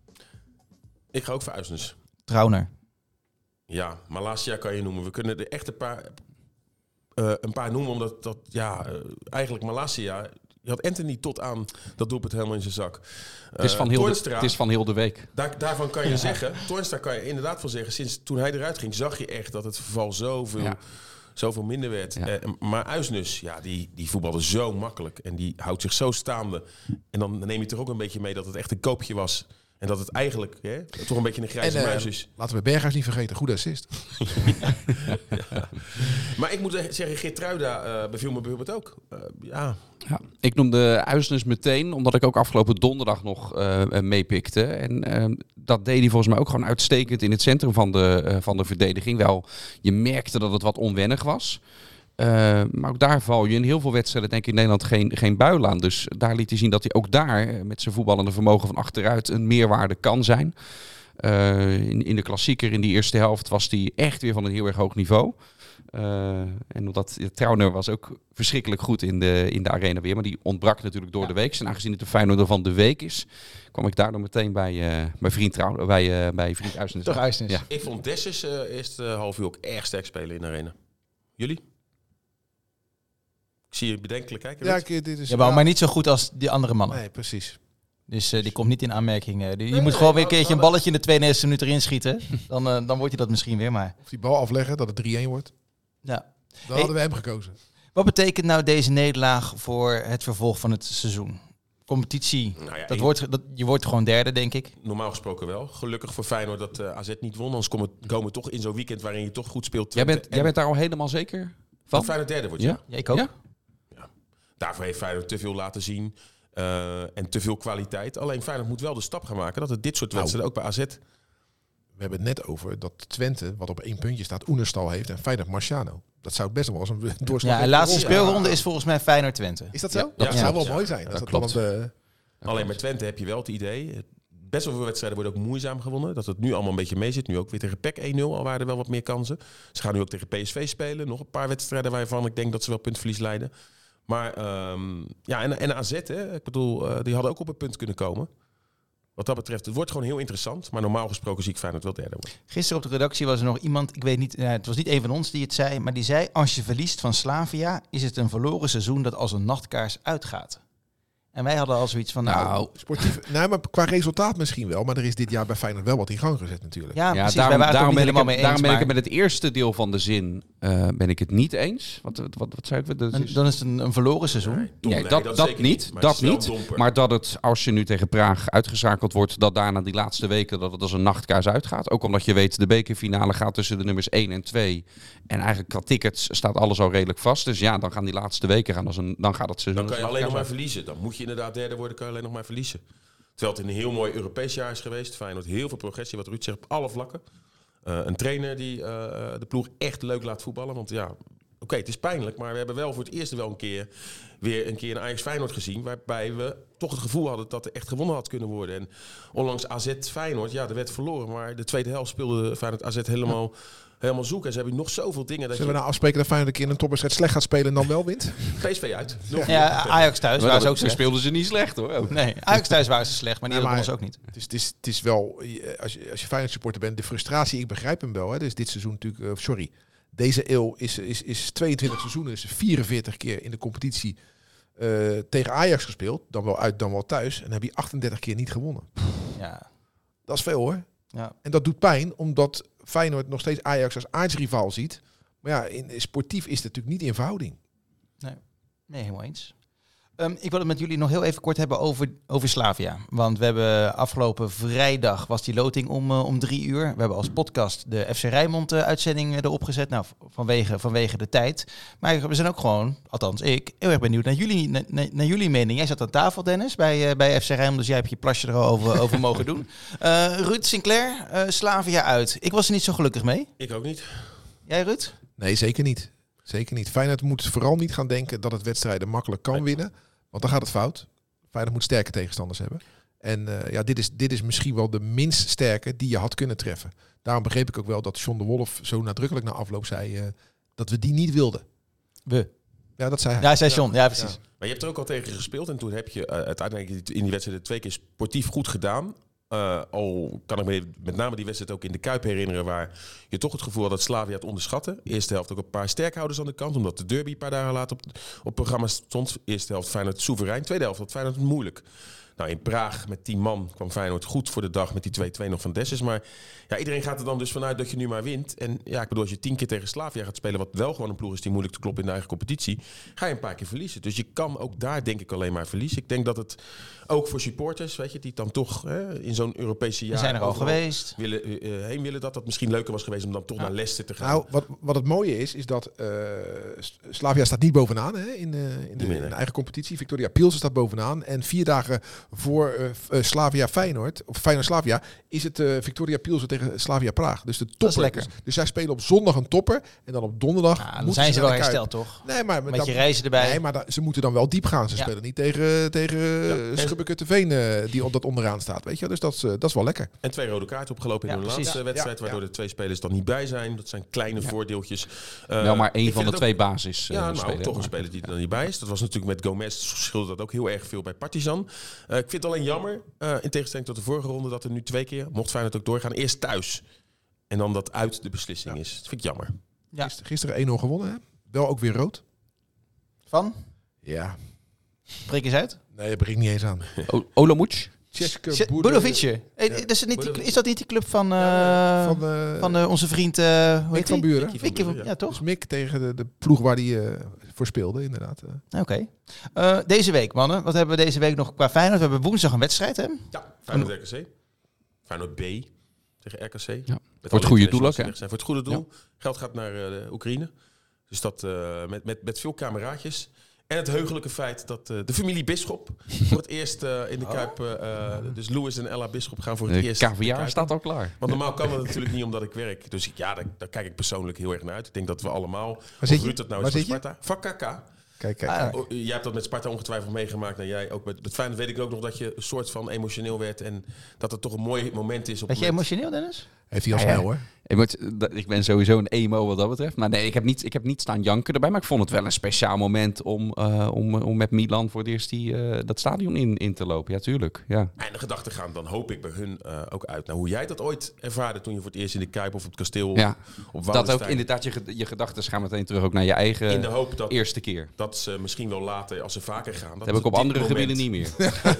S4: Ik ga ook voor Uisnes.
S2: Trauner.
S4: Ja, Malacia kan je noemen. We kunnen er echt een paar, uh, een paar noemen. Omdat dat, ja, uh, eigenlijk Malacia... Je had Anthony tot aan dat doelpunt helemaal in zijn zak. Uh,
S3: het, is van heel de, het is van heel de week.
S4: Daar, daarvan kan je ja. zeggen, Toornstra kan je inderdaad van zeggen, sinds toen hij eruit ging, zag je echt dat het verval zoveel, ja. zoveel minder werd. Ja. Uh, maar Uisnes, ja, die, die voetbalde zo makkelijk en die houdt zich zo staande. En dan neem je toch ook een beetje mee dat het echt een koopje was. En dat het eigenlijk hè, toch een beetje een grijze en, uh, muis is.
S5: Laten we Berghuis niet vergeten. Goede assist.
S4: ja. Ja. Maar ik moet zeggen, Geertruida uh, beviel me bijvoorbeeld ook. Uh, ja.
S3: Ja, ik noemde Uisnes meteen, omdat ik ook afgelopen donderdag nog uh, meepikte. En uh, dat deed hij volgens mij ook gewoon uitstekend in het centrum van de, uh, van de verdediging. Wel, je merkte dat het wat onwennig was. Uh, maar ook daar val je in heel veel wedstrijden denk ik in Nederland geen, geen buil aan. Dus daar liet hij zien dat hij ook daar met zijn voetballende vermogen van achteruit een meerwaarde kan zijn. Uh, in, in de klassieker in die eerste helft was hij echt weer van een heel erg hoog niveau. Uh, en omdat ja, Trauner was ook verschrikkelijk goed in de, in de arena weer. Maar die ontbrak natuurlijk door ja. de week. En aangezien het de Feyenoorder van de week is, kwam ik daardoor meteen bij, uh, bij vriend Trauner, bij, uh, bij vriend Uisnes.
S2: Toch Uisnes.
S4: Ja. Ik vond Dessus uh, eerst uh, half uur ook erg sterk spelen in de arena. Jullie? Ik zie je bedenkelijk kijken.
S5: Ja, ik, dit is,
S2: ja, maar,
S5: ja.
S2: maar niet zo goed als die andere mannen.
S5: Nee, precies.
S2: Dus uh, die komt niet in aanmerking. Uh, die, je
S4: nee,
S2: moet
S4: nee,
S2: gewoon weer een
S4: maar,
S2: keertje
S4: maar,
S2: een balletje in de tweeënnegentigste minuut erin schieten. Dan, uh, dan wordt je dat misschien weer maar.
S5: Of die bal afleggen, dat het drie-een wordt.
S2: Ja.
S5: Dan
S2: hey,
S5: hadden we hem gekozen.
S2: Wat betekent nou deze nederlaag voor het vervolg van het seizoen? Competitie,
S4: nou ja,
S2: dat
S4: ik,
S2: wordt, dat, je wordt gewoon derde, denk ik.
S4: Normaal gesproken wel. Gelukkig voor Feyenoord dat uh, A Z niet won. Anders komen we komen toch in zo'n weekend waarin je toch goed speelt.
S3: Jij bent, jij bent daar al helemaal zeker van?
S4: Dat Feyenoord derde wordt, ja.
S3: Ja,
S2: ja ik ook.
S3: Ja?
S4: Ja. Daarvoor heeft Feyenoord te veel laten zien. Uh, en te veel kwaliteit. Alleen Feyenoord moet wel de stap gaan maken dat het dit soort wedstrijden nou, ook bij A Z...
S5: We hebben het net over dat Twente, wat op één puntje staat, Oenerstal heeft en Feyenoord Marciano. Dat zou best wel eens een doorslag.
S2: Ja, de laatste speelronde ja. is volgens mij Feyenoord-Twente.
S5: Is dat zo?
S4: Ja,
S5: dat
S4: ja,
S5: zou wel
S4: ja,
S5: mooi zijn.
S3: Ja,
S5: dat
S3: dat
S5: klopt.
S3: klopt.
S5: Dan, uh,
S4: Alleen bij Twente heb je wel het idee. Best wel veel wedstrijden worden ook moeizaam gewonnen. Dat het nu allemaal een beetje mee zit. Nu ook weer tegen P E C één nul, al waren er wel wat meer kansen. Ze gaan nu ook tegen P S V spelen. Nog een paar wedstrijden waarvan ik denk dat ze wel puntverlies leiden. Maar um, ja, en, en A Z, hè, ik bedoel, uh, die hadden ook op een punt kunnen komen. Wat dat betreft, het wordt gewoon heel interessant. Maar normaal gesproken zie ik Feyenoord wel derde worden.
S2: Gisteren op de redactie was er nog iemand, ik weet niet, nou, het was niet een van ons die het zei, maar die zei, als je verliest van Slavia, is het een verloren seizoen dat als een nachtkaars uitgaat. En wij hadden al zoiets van, nou...
S5: nou sportief, nou, maar qua resultaat misschien wel. Maar er is dit jaar bij Feyenoord wel wat in gang gezet natuurlijk.
S2: Ja,
S3: Ja,
S2: precies.
S3: daarom,
S2: wij waren
S3: daarom,
S2: het
S3: ben
S2: niet
S3: ik,
S2: helemaal
S3: het,
S2: mee
S3: daarom
S2: eens,
S3: ben ik
S2: maar
S3: het met het eerste deel van de zin uh, ben ik het niet eens. Wat, wat, wat, wat zei ik? Dat
S2: dan,
S3: is,
S2: dan is het een, een verloren seizoen.
S4: Nee, dom,
S3: nee,
S4: nee,
S3: dat,
S4: dat,
S3: dat
S4: zeker
S3: niet.
S4: Maar
S3: Dat
S4: het is wel
S3: niet.
S4: domper.
S3: Maar dat het, als je nu tegen Praag uitgeschakeld wordt, dat daarna die laatste weken dat het als een nachtkaars uitgaat. Ook omdat je weet, de bekerfinale gaat tussen de nummers één en twee. En eigenlijk qua tickets staat alles al redelijk vast. Dus ja, dan gaan die laatste weken gaan als een, dan gaat het seizoen.
S4: Dan kan je alleen nog maar
S3: uit.
S4: verliezen. Dan moet je inderdaad derde worden, kan je alleen nog maar verliezen. Terwijl het een heel mooi Europees jaar is geweest. Feyenoord heel veel progressie, wat Ruud zegt, op alle vlakken. Uh, een trainer die uh, de ploeg echt leuk laat voetballen. Want ja, oké, okay, het is pijnlijk. Maar we hebben wel voor het eerst wel een keer weer een keer een Ajax Feyenoord gezien. Waarbij we toch het gevoel hadden dat er echt gewonnen had kunnen worden. En onlangs A Z Feyenoord, ja, er werd verloren. Maar de tweede helft speelde Feyenoord A Z helemaal... Helemaal zoeken. En ze hebben nog zoveel dingen. Dat
S5: Zullen
S4: je...
S5: we nou afspreken dat Feyenoord een keer in een topwedstrijd slecht gaat spelen en dan wel wint?
S4: P S V uit.
S2: Ja, ja, Ajax thuis waren ze ook
S3: Zo
S2: slecht.
S3: speelden ze niet slecht hoor. Ook.
S2: Nee, Ajax thuis waren ze slecht, maar die
S5: Ja,
S2: hadden
S5: maar-
S2: ons ook niet.
S5: Het is, het, is, het is wel, als je, als je Feyenoord supporter bent, de frustratie, ik begrijp hem wel. Hè. Dus dit seizoen natuurlijk, uh, sorry, deze eeuw is, is, is tweeëntwintig seizoenen, is vierenveertig keer in de competitie uh, tegen Ajax gespeeld. Dan wel uit, dan wel thuis. En dan heb je achtendertig keer niet gewonnen.
S2: Ja,
S5: Dat is veel hoor.
S2: ja.
S5: En dat doet pijn, omdat Feyenoord nog steeds Ajax als aardsrivaal ziet. Maar ja, in, sportief is het natuurlijk niet in verhouding.
S2: Nee, helemaal eens. Um, ik wil het met jullie nog heel even kort hebben over, over Slavia. Want we hebben afgelopen vrijdag was die loting om, uh, om drie uur. We hebben als podcast de F C Rijnmond uh, uitzending uh, erop gezet. Nou, vanwege, vanwege de tijd. Maar we zijn ook gewoon, althans ik, heel erg benieuwd naar jullie, naar, naar jullie mening. Jij zat aan tafel, Dennis, bij, uh, bij F C Rijnmond. Dus jij hebt je plasje erover over mogen doen. Uh, Ruud Sinclair, uh, Slavia uit. Ik was er niet zo gelukkig mee.
S4: Ik ook niet.
S2: Jij, Ruud?
S5: Nee, zeker niet. Zeker niet. Feyenoord moet vooral niet gaan denken dat het wedstrijden makkelijk kan
S4: Nee.
S5: winnen. Want dan gaat het fout. Feyenoord moet sterke tegenstanders hebben. En uh, ja, dit is, dit is misschien wel de minst sterke die je had kunnen treffen. Daarom begreep ik ook wel dat John de Wolf zo nadrukkelijk na afloop zei uh, dat we die niet wilden.
S2: We.
S5: Ja, dat zei hij.
S2: Ja, zei John. Ja, precies.
S5: Ja.
S4: Maar je hebt er ook al tegen gespeeld. En toen heb je uh, uiteindelijk in die wedstrijd twee keer sportief goed gedaan. Uh, al kan ik me met name die wedstrijd ook in de Kuip herinneren, waar je toch het gevoel had dat Slavia het onderschatte. Eerste helft ook een paar sterkhouders aan de kant, omdat de derby een paar dagen later op, op programma stond. Eerste helft Feyenoord soeverein, tweede helft had Feyenoord moeilijk. Nou, in Praag met tien man kwam Feyenoord goed voor de dag met die twee-twee nog van Dessus. Maar ja, iedereen gaat er dan dus vanuit dat je nu maar wint. En ja, ik bedoel, als je tien keer tegen Slavia gaat spelen, wat wel gewoon een ploeg is die moeilijk te kloppen in de eigen competitie, ga je een paar keer verliezen. Dus je kan ook daar denk ik alleen maar verliezen. Ik denk dat het ook voor supporters, weet je, die dan toch hè, in zo'n Europese jaar
S2: We zijn er al
S4: overal
S2: geweest.
S4: willen, uh, heen willen, dat dat misschien leuker was geweest om dan toch
S2: Ja.
S4: naar Leicester te gaan.
S5: Nou, wat, wat het mooie is, is dat uh, Slavia staat niet bovenaan hè, in, uh, in, de,
S4: meer, nee.
S5: in de eigen competitie. Victoria Pilsen staat bovenaan. En vier dagen voor uh, Slavia Feyenoord, of Feyenoord Slavia, is het uh, Victoria Pilsen tegen Slavia Praag. Dus de topper.
S2: Dat is lekker.
S5: Dus, dus zij spelen op zondag een topper en dan op donderdag
S2: Nou, dan
S5: moeten
S2: zijn ze wel
S5: naar de Kuip.
S2: hersteld, toch?
S5: Nee, maar
S2: Met
S5: dat,
S2: je reizen erbij.
S5: Nee, maar da, ze moeten dan wel diep gaan. Ze
S2: Ja.
S5: spelen niet tegen, tegen
S4: Ja.
S5: Schubbekutteveen uh, die op dat onderaan staat. Weet je? Dus dat, uh, dat is wel lekker.
S4: En twee rode kaarten opgelopen in
S2: Ja,
S4: hun
S2: precies.
S4: laatste
S5: Ja,
S4: wedstrijd,
S5: ja,
S4: waardoor
S5: ja.
S4: de twee spelers dan niet bij zijn. Dat zijn kleine
S5: Ja.
S4: voordeeltjes. Uh,
S3: Wel maar
S4: ik
S3: één
S4: vind
S3: van de
S4: het
S3: twee
S4: ook-
S3: basis uh,
S4: Ja, maar
S3: spelen.
S4: ook toch een speler die er dan niet bij is. Dat was natuurlijk met Gomez, scheelde dat ook heel erg veel bij Partizan. Uh, ik vind het alleen jammer, uh, in tegenstelling tot de vorige ronde, dat er nu twee keer, mocht Feyenoord ook doorgaan, eerst thuis. En dan dat uit de beslissing
S5: Ja.
S4: is. Dat vind ik jammer.
S2: Ja.
S5: Gister, gisteren één nul gewonnen. Hè? Wel ook weer rood.
S2: Van?
S5: Ja.
S2: Spreek eens uit.
S5: Nee, dat breekt niet eens aan.
S3: O- Olamuc?
S5: Tjeske
S2: Zet-
S5: Boerder-
S2: Budovice. Hey,
S5: Ja.
S2: is, het niet die,
S4: Budovic.
S2: is dat niet die club van, uh,
S5: Ja,
S2: van,
S5: van, uh,
S2: van uh, onze vriend... Uh, hoe
S5: Mick
S2: heet
S5: van
S2: die?
S5: Buren.
S4: Mickey
S2: Mickey van-
S4: Buren,
S2: ja, toch?
S5: Dus Mick tegen de, de ploeg waar hij uh, voor speelde, inderdaad. Uh.
S2: Oké. Uh, deze week, mannen. Wat hebben we deze week nog qua Feyenoord? We hebben woensdag een wedstrijd, hè?
S4: Ja, Feyenoord R K C. Feyenoord B tegen R K C.
S3: Ja.
S4: Met
S3: Voor het
S4: alle
S3: goede doel
S4: internationals
S3: ook,
S4: die
S3: hè?
S4: weg zijn. Voor het goede doel. Geld gaat naar uh, de Oekraïne. Dus dat uh, met, met, met veel kameraadjes. En het heugelijke feit dat uh, de familie Bisschop voor het eerst uh, in de
S2: Oh.
S4: Kuip... Uh, uh, dus Louis en Ella Bisschop gaan voor het
S3: De
S4: eerst... de
S3: caviar
S4: Kuip.
S3: staat al klaar.
S4: Want normaal kan dat natuurlijk niet omdat ik werk. Dus ik- ja, daar, daar kijk ik persoonlijk heel erg naar uit. Ik denk dat we allemaal...
S5: Waar zit
S4: of
S5: je?
S4: Ruud dat nou
S5: Waar
S4: is van
S5: zit je?
S4: Sparta. Van K K.
S5: Kijk, kijk.
S2: Ah,
S4: Oh, jij hebt dat met Sparta ongetwijfeld meegemaakt. En jij ook met het Feyenoord weet ik ook nog dat je een soort van emotioneel werd. En dat het toch een mooi moment is. Op
S2: Weet je
S4: het moment-
S2: emotioneel, Dennis?
S5: Heeft hij al
S3: Ja, ja.
S5: snel, hoor.
S3: Ik, moet, dat- ik ben sowieso een emo wat dat betreft. Maar nee, ik heb niet, ik heb niet staan janken erbij. Maar ik vond het wel een speciaal moment om, uh, om, om met Milan voor het eerst die, uh, dat stadion in, in te lopen. Ja, tuurlijk. Ja.
S4: En de gedachten gaan dan hoop ik bij hun uh, ook uit naar hoe jij dat ooit ervaarde toen je voor het eerst in de Kuip of op het kasteel
S3: Ja.
S4: op
S3: Dat
S4: Woudenstein.
S3: ook inderdaad, je, ged- je gedachten gaan meteen terug ook naar je eigen
S4: In de hoop dat,
S3: eerste keer.
S4: dat ze misschien wel later, als ze vaker gaan...
S3: Dat heb ik op andere gebieden niet meer.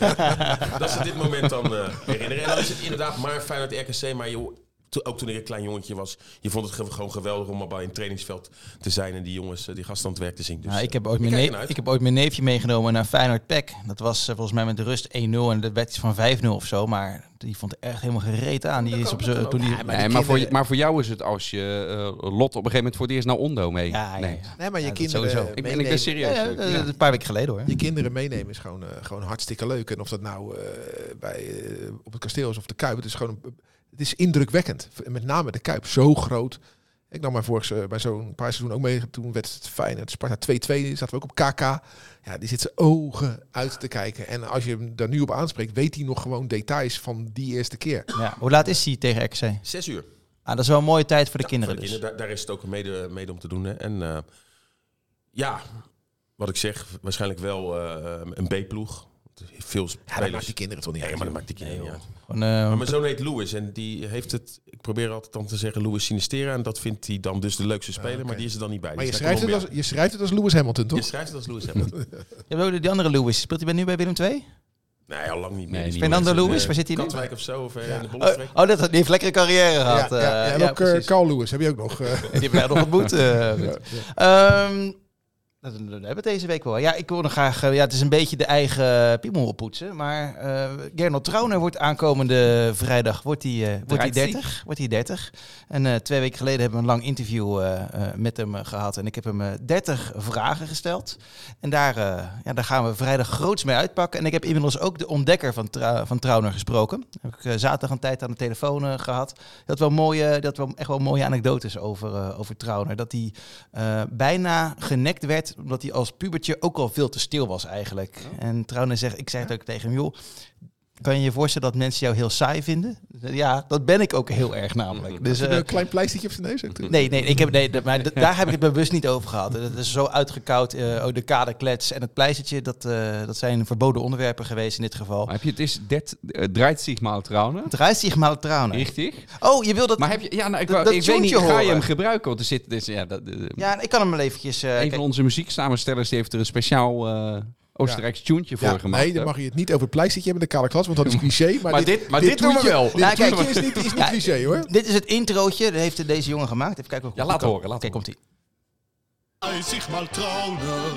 S4: Dat ze dit moment dan uh, herinneren. En dan is het inderdaad maar Feyenoord R K C, maar je... To- ook toen ik een klein jongetje was, je vond het ge- gewoon geweldig om maar bij een trainingsveld te zijn en die jongens, uh, die gasten aan het werk te zien. Dus,
S2: Nou, ik, heb
S4: uh,
S2: ooit mijn
S4: kijk
S2: neef,
S4: ernaar uit.
S2: ik heb ooit mijn neefje meegenomen naar Feyenoord P E C. Dat was uh, volgens mij met de rust één nul en dat werd iets van vijf nul of zo. Maar die vond er echt helemaal gereed aan. Die
S4: Dat
S2: is
S4: kan,
S2: op
S4: dat
S2: zo,
S4: kan
S2: toen
S4: ook.
S2: die,
S5: Ja,
S3: Nee,
S5: die
S3: maar, voor,
S5: kinderen-
S3: maar voor jou is het als je uh, Lot op een gegeven moment voor het eerst naar Ondo mee.
S2: Ja, ja,
S3: nee.
S2: ja.
S5: Nee, maar je
S2: Ja, dat
S5: kinderen
S2: sowieso.
S3: Ik ben, ik
S5: meenemen-
S3: ben serieus.
S2: Ja, ja,
S3: ook,
S2: dat is
S3: ja.
S2: een paar weken geleden hoor.
S5: Je kinderen meenemen is gewoon, uh, gewoon hartstikke leuk. En of dat nou uh, bij, uh, op het kasteel is of de Kuip, het is gewoon een, het is indrukwekkend. Met name de Kuip, zo groot. Ik nam maar vorig uh, bij zo'n paar seizoenen ook mee. Toen werd het Feyenoord Sparta twee-twee, zaten we ook op K K. Ja, die zit zijn ogen uit te kijken. En als je hem daar nu op aanspreekt, weet hij nog gewoon details van die eerste keer.
S2: Ja. Hoe laat is hij tegen R K C?
S4: Zes uur.
S2: Ah, dat is wel een mooie tijd voor de
S4: Ja,
S2: kinderen
S4: voor de
S2: dus.
S4: kinderen, daar, daar is het ook mede, mede om te doen. Hè. En uh, ja, wat ik zeg, waarschijnlijk wel uh, een B-ploeg. Veel
S5: Ja, dat
S4: spelers.
S5: maakt die kinderen toch niet
S4: Nee,
S5: uit.
S4: maar dat
S5: joh.
S4: maakt die kinderen
S2: Nee,
S4: niet uit.
S2: Gewoon, uh,
S4: Maar mijn zoon heet Louis en die heeft het... Ik probeer altijd dan te zeggen Louis Sinistera. En dat vindt hij dan dus de leukste speler.
S5: oké.
S4: Maar die is er dan niet bij.
S5: Maar
S4: Die
S5: je
S4: is naar
S5: schrijft, het als,
S4: Colombia.
S5: je schrijft het als Lewis Hamilton, toch?
S4: Je schrijft het als Louis Hamilton.
S2: je hebt ook die andere Louis. Speelt hij bij nu bij Willem twee?
S4: Nee, al lang niet meer.
S3: Nee,
S4: Die
S2: Fernando
S4: jongen
S2: Louis,
S4: in,
S2: waar zit hij nu?
S4: Katwijk of zo, of uh,
S5: Ja.
S4: in de
S2: Oh,
S4: Bollenstreek.
S2: oh, dat, die heeft lekker een carrière
S5: Ja,
S2: gehad.
S5: ja,
S2: eh,
S5: ja, en
S2: ja,
S5: ook uh,
S2: precies.
S5: Carl Lewis heb je ook nog. Uh,
S2: Die hebben wij nog ontmoet. eh, Ruud. Ehm, dat, dat hebben we het deze week wel. Ja, ik wil nog graag... eh, ja, het is een beetje de eigen piemel oppoetsen. Maar uh, Gernot Trauner wordt aankomende vrijdag wordt hij, uh, wordt hij dertig. Wordt hij dertig. En uh, twee weken geleden hebben we een lang interview uh, uh, met hem uh, gehad. En ik heb hem uh, dertig vragen gesteld. En daar, uh, ja, daar gaan we vrijdag groots mee uitpakken. En ik heb inmiddels ook de ontdekker van, Tra- van Trauner gesproken. Heb ik uh, zaterdag een tijd aan de telefoon uh, gehad. Die had wel mooie, die had wel echt wel mooie anekdotes over, uh, over Trauner. Dat hij uh, bijna genekt werd omdat hij als pubertje ook al veel te stil was eigenlijk. Oh. En Trauner zegt, ik zei het ook tegen hem, joh, kan je je voorstellen dat mensen jou heel saai vinden? Ja, dat ben ik ook heel erg namelijk. Dus,
S5: heb
S2: uh,
S5: je een klein pleistertje op zijn neus ook toe?
S2: Nee, nee, ik heb, nee maar d- daar heb ik het bewust niet over gehad. Dat is zo uitgekoud. Uh, oh, de kaderklets en het pleistertje, dat, uh, dat zijn verboden onderwerpen geweest in dit geval.
S3: Maar heb je het is dat uh, draait zich maar trouwen?
S2: Het draait zich maar Trauner.
S3: Richtig.
S2: Oh, je wil dat...
S3: Maar heb je, ja, nou, ik,
S2: dat-
S3: wou,
S2: dat
S3: ik weet niet,
S2: toontje
S3: ga je
S2: horen?
S3: hem gebruiken? Want er zit, dus, ja, dat, uh,
S2: Ja, ik kan hem wel eventjes... Uh,
S3: een
S2: kijk,
S3: van onze muzieksamenstellers die heeft er een speciaal uh, Oostenrijks tuentje voor
S5: Ja,
S3: gemaakt.
S5: nee, dan
S3: hè?
S5: mag je het niet over het pleistertje hebben, de kale klas, want dat is cliché. Maar,
S3: Maar dit- maar dit doen we
S5: toetje-
S3: wel.
S5: Dit
S2: Ja, kijk,
S5: toetje is niet, is niet
S2: Ja,
S5: cliché, hoor.
S2: Dit is het introotje, dat heeft deze jongen gemaakt. Even kijken of
S3: Ja, laat horen, laat
S2: Kijk,
S3: horen.
S2: komt-ie.
S6: Sich mal Trauner.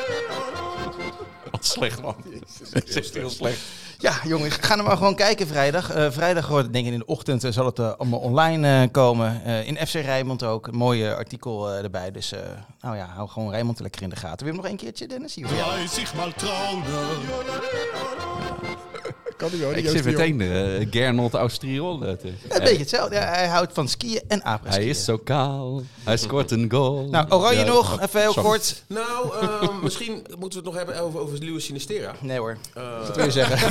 S3: Wat slecht, man. Dat is echt heel slecht.
S2: Ja, jongens, ga er maar gewoon kijken vrijdag. Uh, vrijdag wordt, denk ik in de ochtend uh, zal het uh, allemaal online uh, komen. Uh, in F C Rijnmond ook. Een mooi uh, artikel uh, erbij. Dus uh, nou ja, hou gewoon Rijnmond lekker in de gaten. Wil je hem nog een keertje, Dennis? Hier voor jou.
S6: Sich mal Trauner.
S5: Kan die hoor, die
S3: Ik
S5: Joost
S3: zit
S5: de Jong.
S3: meteen uh, Gernot Austriol. Uh,
S2: Een beetje hetzelfde. Ja, hij houdt van skiën en apres
S3: hij is zo kaal. Hij scoort een goal.
S2: Nou, Oranje
S3: Ja,
S2: nog, even heel
S3: sorry.
S2: kort.
S4: Nou, uh, misschien moeten we het nog hebben over, over Luis Sinistera.
S2: Nee hoor,
S4: Uh,
S2: wat wil je zeggen?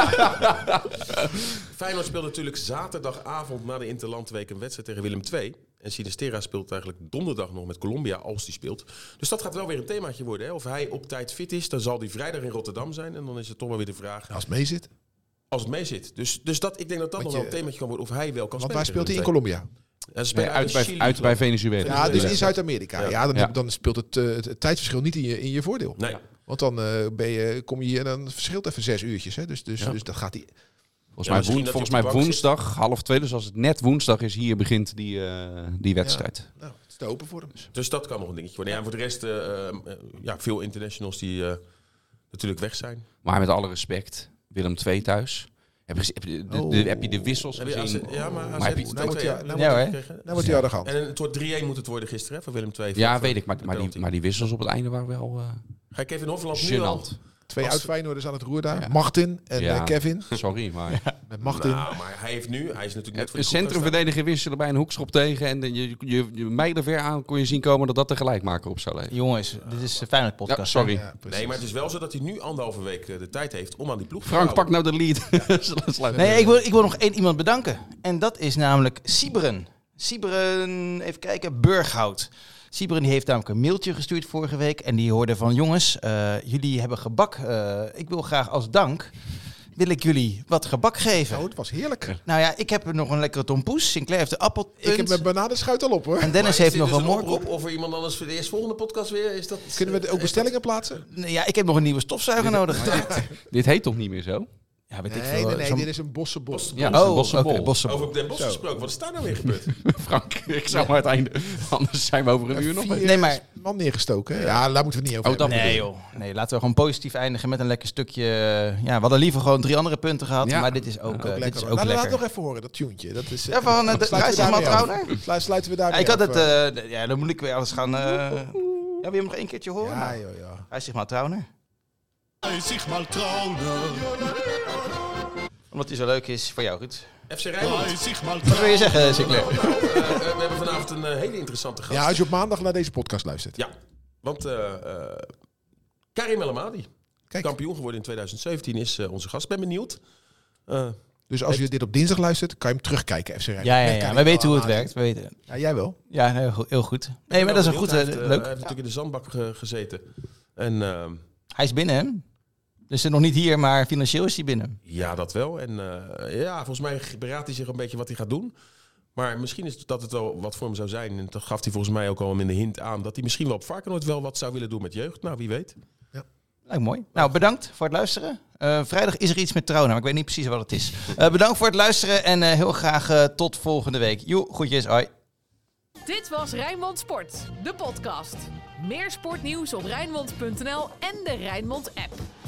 S4: Feyenoord speelt natuurlijk zaterdagavond na de Interlandweek een wedstrijd tegen Willem twee. En Sinistera speelt eigenlijk donderdag nog met Colombia als die speelt. Dus dat gaat wel weer een themaatje worden. Hè? Of hij op tijd fit is, dan zal hij vrijdag in Rotterdam zijn. En dan is het toch wel weer de vraag
S5: Als het mee zit.
S4: als het mee zit. Dus, dus dat, ik denk dat dat
S5: Want
S4: nog wel
S5: je-
S4: een themaatje kan worden. Of hij wel kan
S5: Want
S4: spelen.
S5: waar speelt hij in
S4: tegen Willem
S5: Colombia?
S4: twee. En ze spelen
S3: Nee, uit, bij,
S4: Chili,
S3: uit bij
S4: geloof ik.
S3: Venezuela.
S5: Ja, dus
S4: Ja.
S5: in Zuid-Amerika.
S4: Ja.
S5: Ja, dan,
S3: Ja.
S5: dan speelt het, uh, het tijdverschil niet in je, in je voordeel.
S4: Nee.
S5: Want dan uh, ben je, kom je hier en dan verschilt even zes uurtjes. Hè? Dus, dus,
S3: Ja.
S5: dus dat gaat die.
S3: Volgens
S4: Ja,
S3: mij,
S4: misschien
S3: woen-
S4: dat
S3: volgens
S4: hij
S3: mij
S4: op de bank
S3: woensdag, half twee. Dus als het net woensdag is, hier begint die, uh, die wedstrijd.
S5: Nou, het is te open voor hem.
S4: Dus dat kan nog een dingetje worden. Ja, en voor de rest, uh, uh, ja, veel internationals die uh, natuurlijk weg zijn.
S3: Maar met alle respect, Willem twee thuis. Heb je, heb je, de, de,
S5: Oh.
S3: heb je de wissels
S4: Heb je
S3: gezien?
S4: A Z ja, maar
S3: Maar heb je-
S4: twee
S5: nou wordt
S4: twee,
S5: hij-
S4: hè?
S5: nou
S2: Ja,
S4: wordt hij
S2: hoor.
S4: gekregen.
S5: Nou wordt hij aan de hand.
S4: En het wordt drie-een moet het worden gisteren hè, voor Willem twee.
S3: Ja,
S4: voor-
S3: weet
S4: voor
S3: ik. Maar,
S4: de
S3: maar, die,
S4: penalty.
S3: maar die wissels op het einde waren wel uh,
S4: Ga Kevin Hofland nu al...
S3: gênant.
S5: Twee
S4: Als-
S5: oud-Feyenoorders aan het roer daar.
S3: Ja.
S5: Martin en
S3: Ja.
S5: uh, Kevin.
S3: Sorry, maar
S5: Met Martin.
S4: Nou, maar hij heeft nu... Hij is natuurlijk net voor
S3: een
S4: de groep
S3: centrumverdediger wisselen bij een hoekschop tegen. En de- je, je, je mijlenver aan kon je zien komen dat dat de gelijkmaker op zou leveren.
S2: Jongens, dit is de Feyenoord podcast.
S3: Ja, sorry.
S5: Ja,
S4: gestaan.
S5: precies.
S4: Nee, maar het is wel zo dat hij nu anderhalve week uh, de tijd heeft om aan die ploeg te
S3: Frank, pak
S4: bouwen.
S3: nou de lead. Sluit.
S2: Nee, ik wil, ik wil nog één iemand bedanken. En dat is namelijk Sieberen. Sieberen, even kijken, Burghout. Sieberen die heeft namelijk een mailtje gestuurd vorige week. En die hoorde van, jongens, uh, jullie hebben gebak. Uh, ik wil graag als dank, wil ik jullie wat gebak geven.
S5: Nou, het was heerlijk.
S2: Nou ja, ik heb nog een lekkere tompoes. Sinclair heeft de appelpunt.
S5: Ik heb mijn bananenschuit al op hoor.
S2: En
S4: Maar
S2: Dennis
S4: is
S2: heeft
S4: dit
S2: nog
S4: dus
S2: een
S4: een
S2: moorkop.
S4: oproep of er iemand anders voor de eerstvolgende podcast weer is? Dat,
S5: Kunnen we ook bestellingen plaatsen?
S2: Ja, ik heb nog een nieuwe stofzuiger nodig.
S3: Dit heet toch niet meer zo?
S2: Ja, weet ik
S5: Nee,
S2: veel.
S5: nee, nee.
S2: Zo'n-
S5: Dit is een bossenbos.
S3: Ja,
S2: Oh, oké,
S3: Bossenbol.
S2: Bossenbol.
S4: Over Den Bosch
S5: Zo.
S4: gesproken. Wat is daar nou weer gebeurd?
S3: Frank, ik zou maar het einde. Anders zijn we over een uur nog.
S5: Vier
S2: Nee, maar-
S5: man neergestoken. hè? Ja, daar moeten we het niet over
S3: Oh, dat
S5: hebben.
S2: Nee joh, nee, laten we gewoon positief eindigen met een lekker stukje. Ja, we hadden liever gewoon drie andere punten gehad,
S3: Ja.
S2: maar dit is ook,
S3: Ja,
S2: eh,
S5: Ook
S2: dit
S5: lekker.
S2: is
S5: hoor.
S2: ook
S5: Nou, laat
S2: lekker.
S5: het nog even horen, dat tuentje. Dat is,
S2: Ja, van uh, de
S5: sluiten we
S2: Gijs Sigmund
S5: daarmee af.
S2: Trauner.
S5: Slu- Sluiten we
S2: Ja,
S5: daarmee
S2: ik had
S5: af,
S2: het,
S5: eh.
S2: eh, d- ja, dan moet ik weer alles gaan. eh Ja, wil je hem nog één keertje horen?
S5: Ja,
S2: Nou,
S5: joh, ja.
S2: Gijs Sigmund Trauner.
S6: Sigmund Trauner.
S2: Omdat hij zo leuk is voor jou, Ruud.
S4: F C Rijnmond.
S6: Bei Sigmund
S2: Wat wil je zeggen, Sinclair?
S4: Nou, uh, uh, we hebben vanavond een uh, hele interessante gast.
S5: Ja, als je op maandag naar deze podcast luistert.
S4: Ja, want uh, uh, Karim El Amadi,
S5: Kijk,
S4: kampioen geworden in tweeduizend zeventien, is uh, onze gast. Ben benieuwd. Uh,
S5: dus als je dit op dinsdag luistert, kan je hem terugkijken. F C Rijnmond.
S2: Ja, ja,
S5: Met
S2: ja.
S5: Karim
S2: Wij weten hoe het
S5: Amadi.
S2: werkt. We weten.
S5: Ja, jij wel.
S2: Ja, heel goed. Heel goed. Nee, maar dat is een goed.
S4: Hij
S2: eh,
S4: heeft, uh,
S2: leuk.
S4: Hij heeft natuurlijk in de zandbak ge- gezeten. En uh,
S2: Hij is binnen, hè? Dus nog niet hier, maar financieel is hij binnen.
S4: ja, dat wel. En uh, ja, volgens mij beraadt hij zich een beetje wat hij gaat doen. Maar misschien is dat het wel wat voor hem zou zijn. En dat gaf hij volgens mij ook al in de hint aan. Dat hij misschien wel op Varkenoord wel wat zou willen doen met jeugd. Nou, wie weet.
S2: Lijkt mooi. Nou, bedankt voor het luisteren. Uh, vrijdag is er iets met trouwen, maar ik weet niet precies wat het is. Uh, bedankt voor het luisteren en uh, heel graag uh, tot volgende week. Joe, groetjes, hoi.
S1: Dit was Rijnmond Sport, de podcast. Meer sportnieuws op Rijnmond punt n l en de Rijnmond app.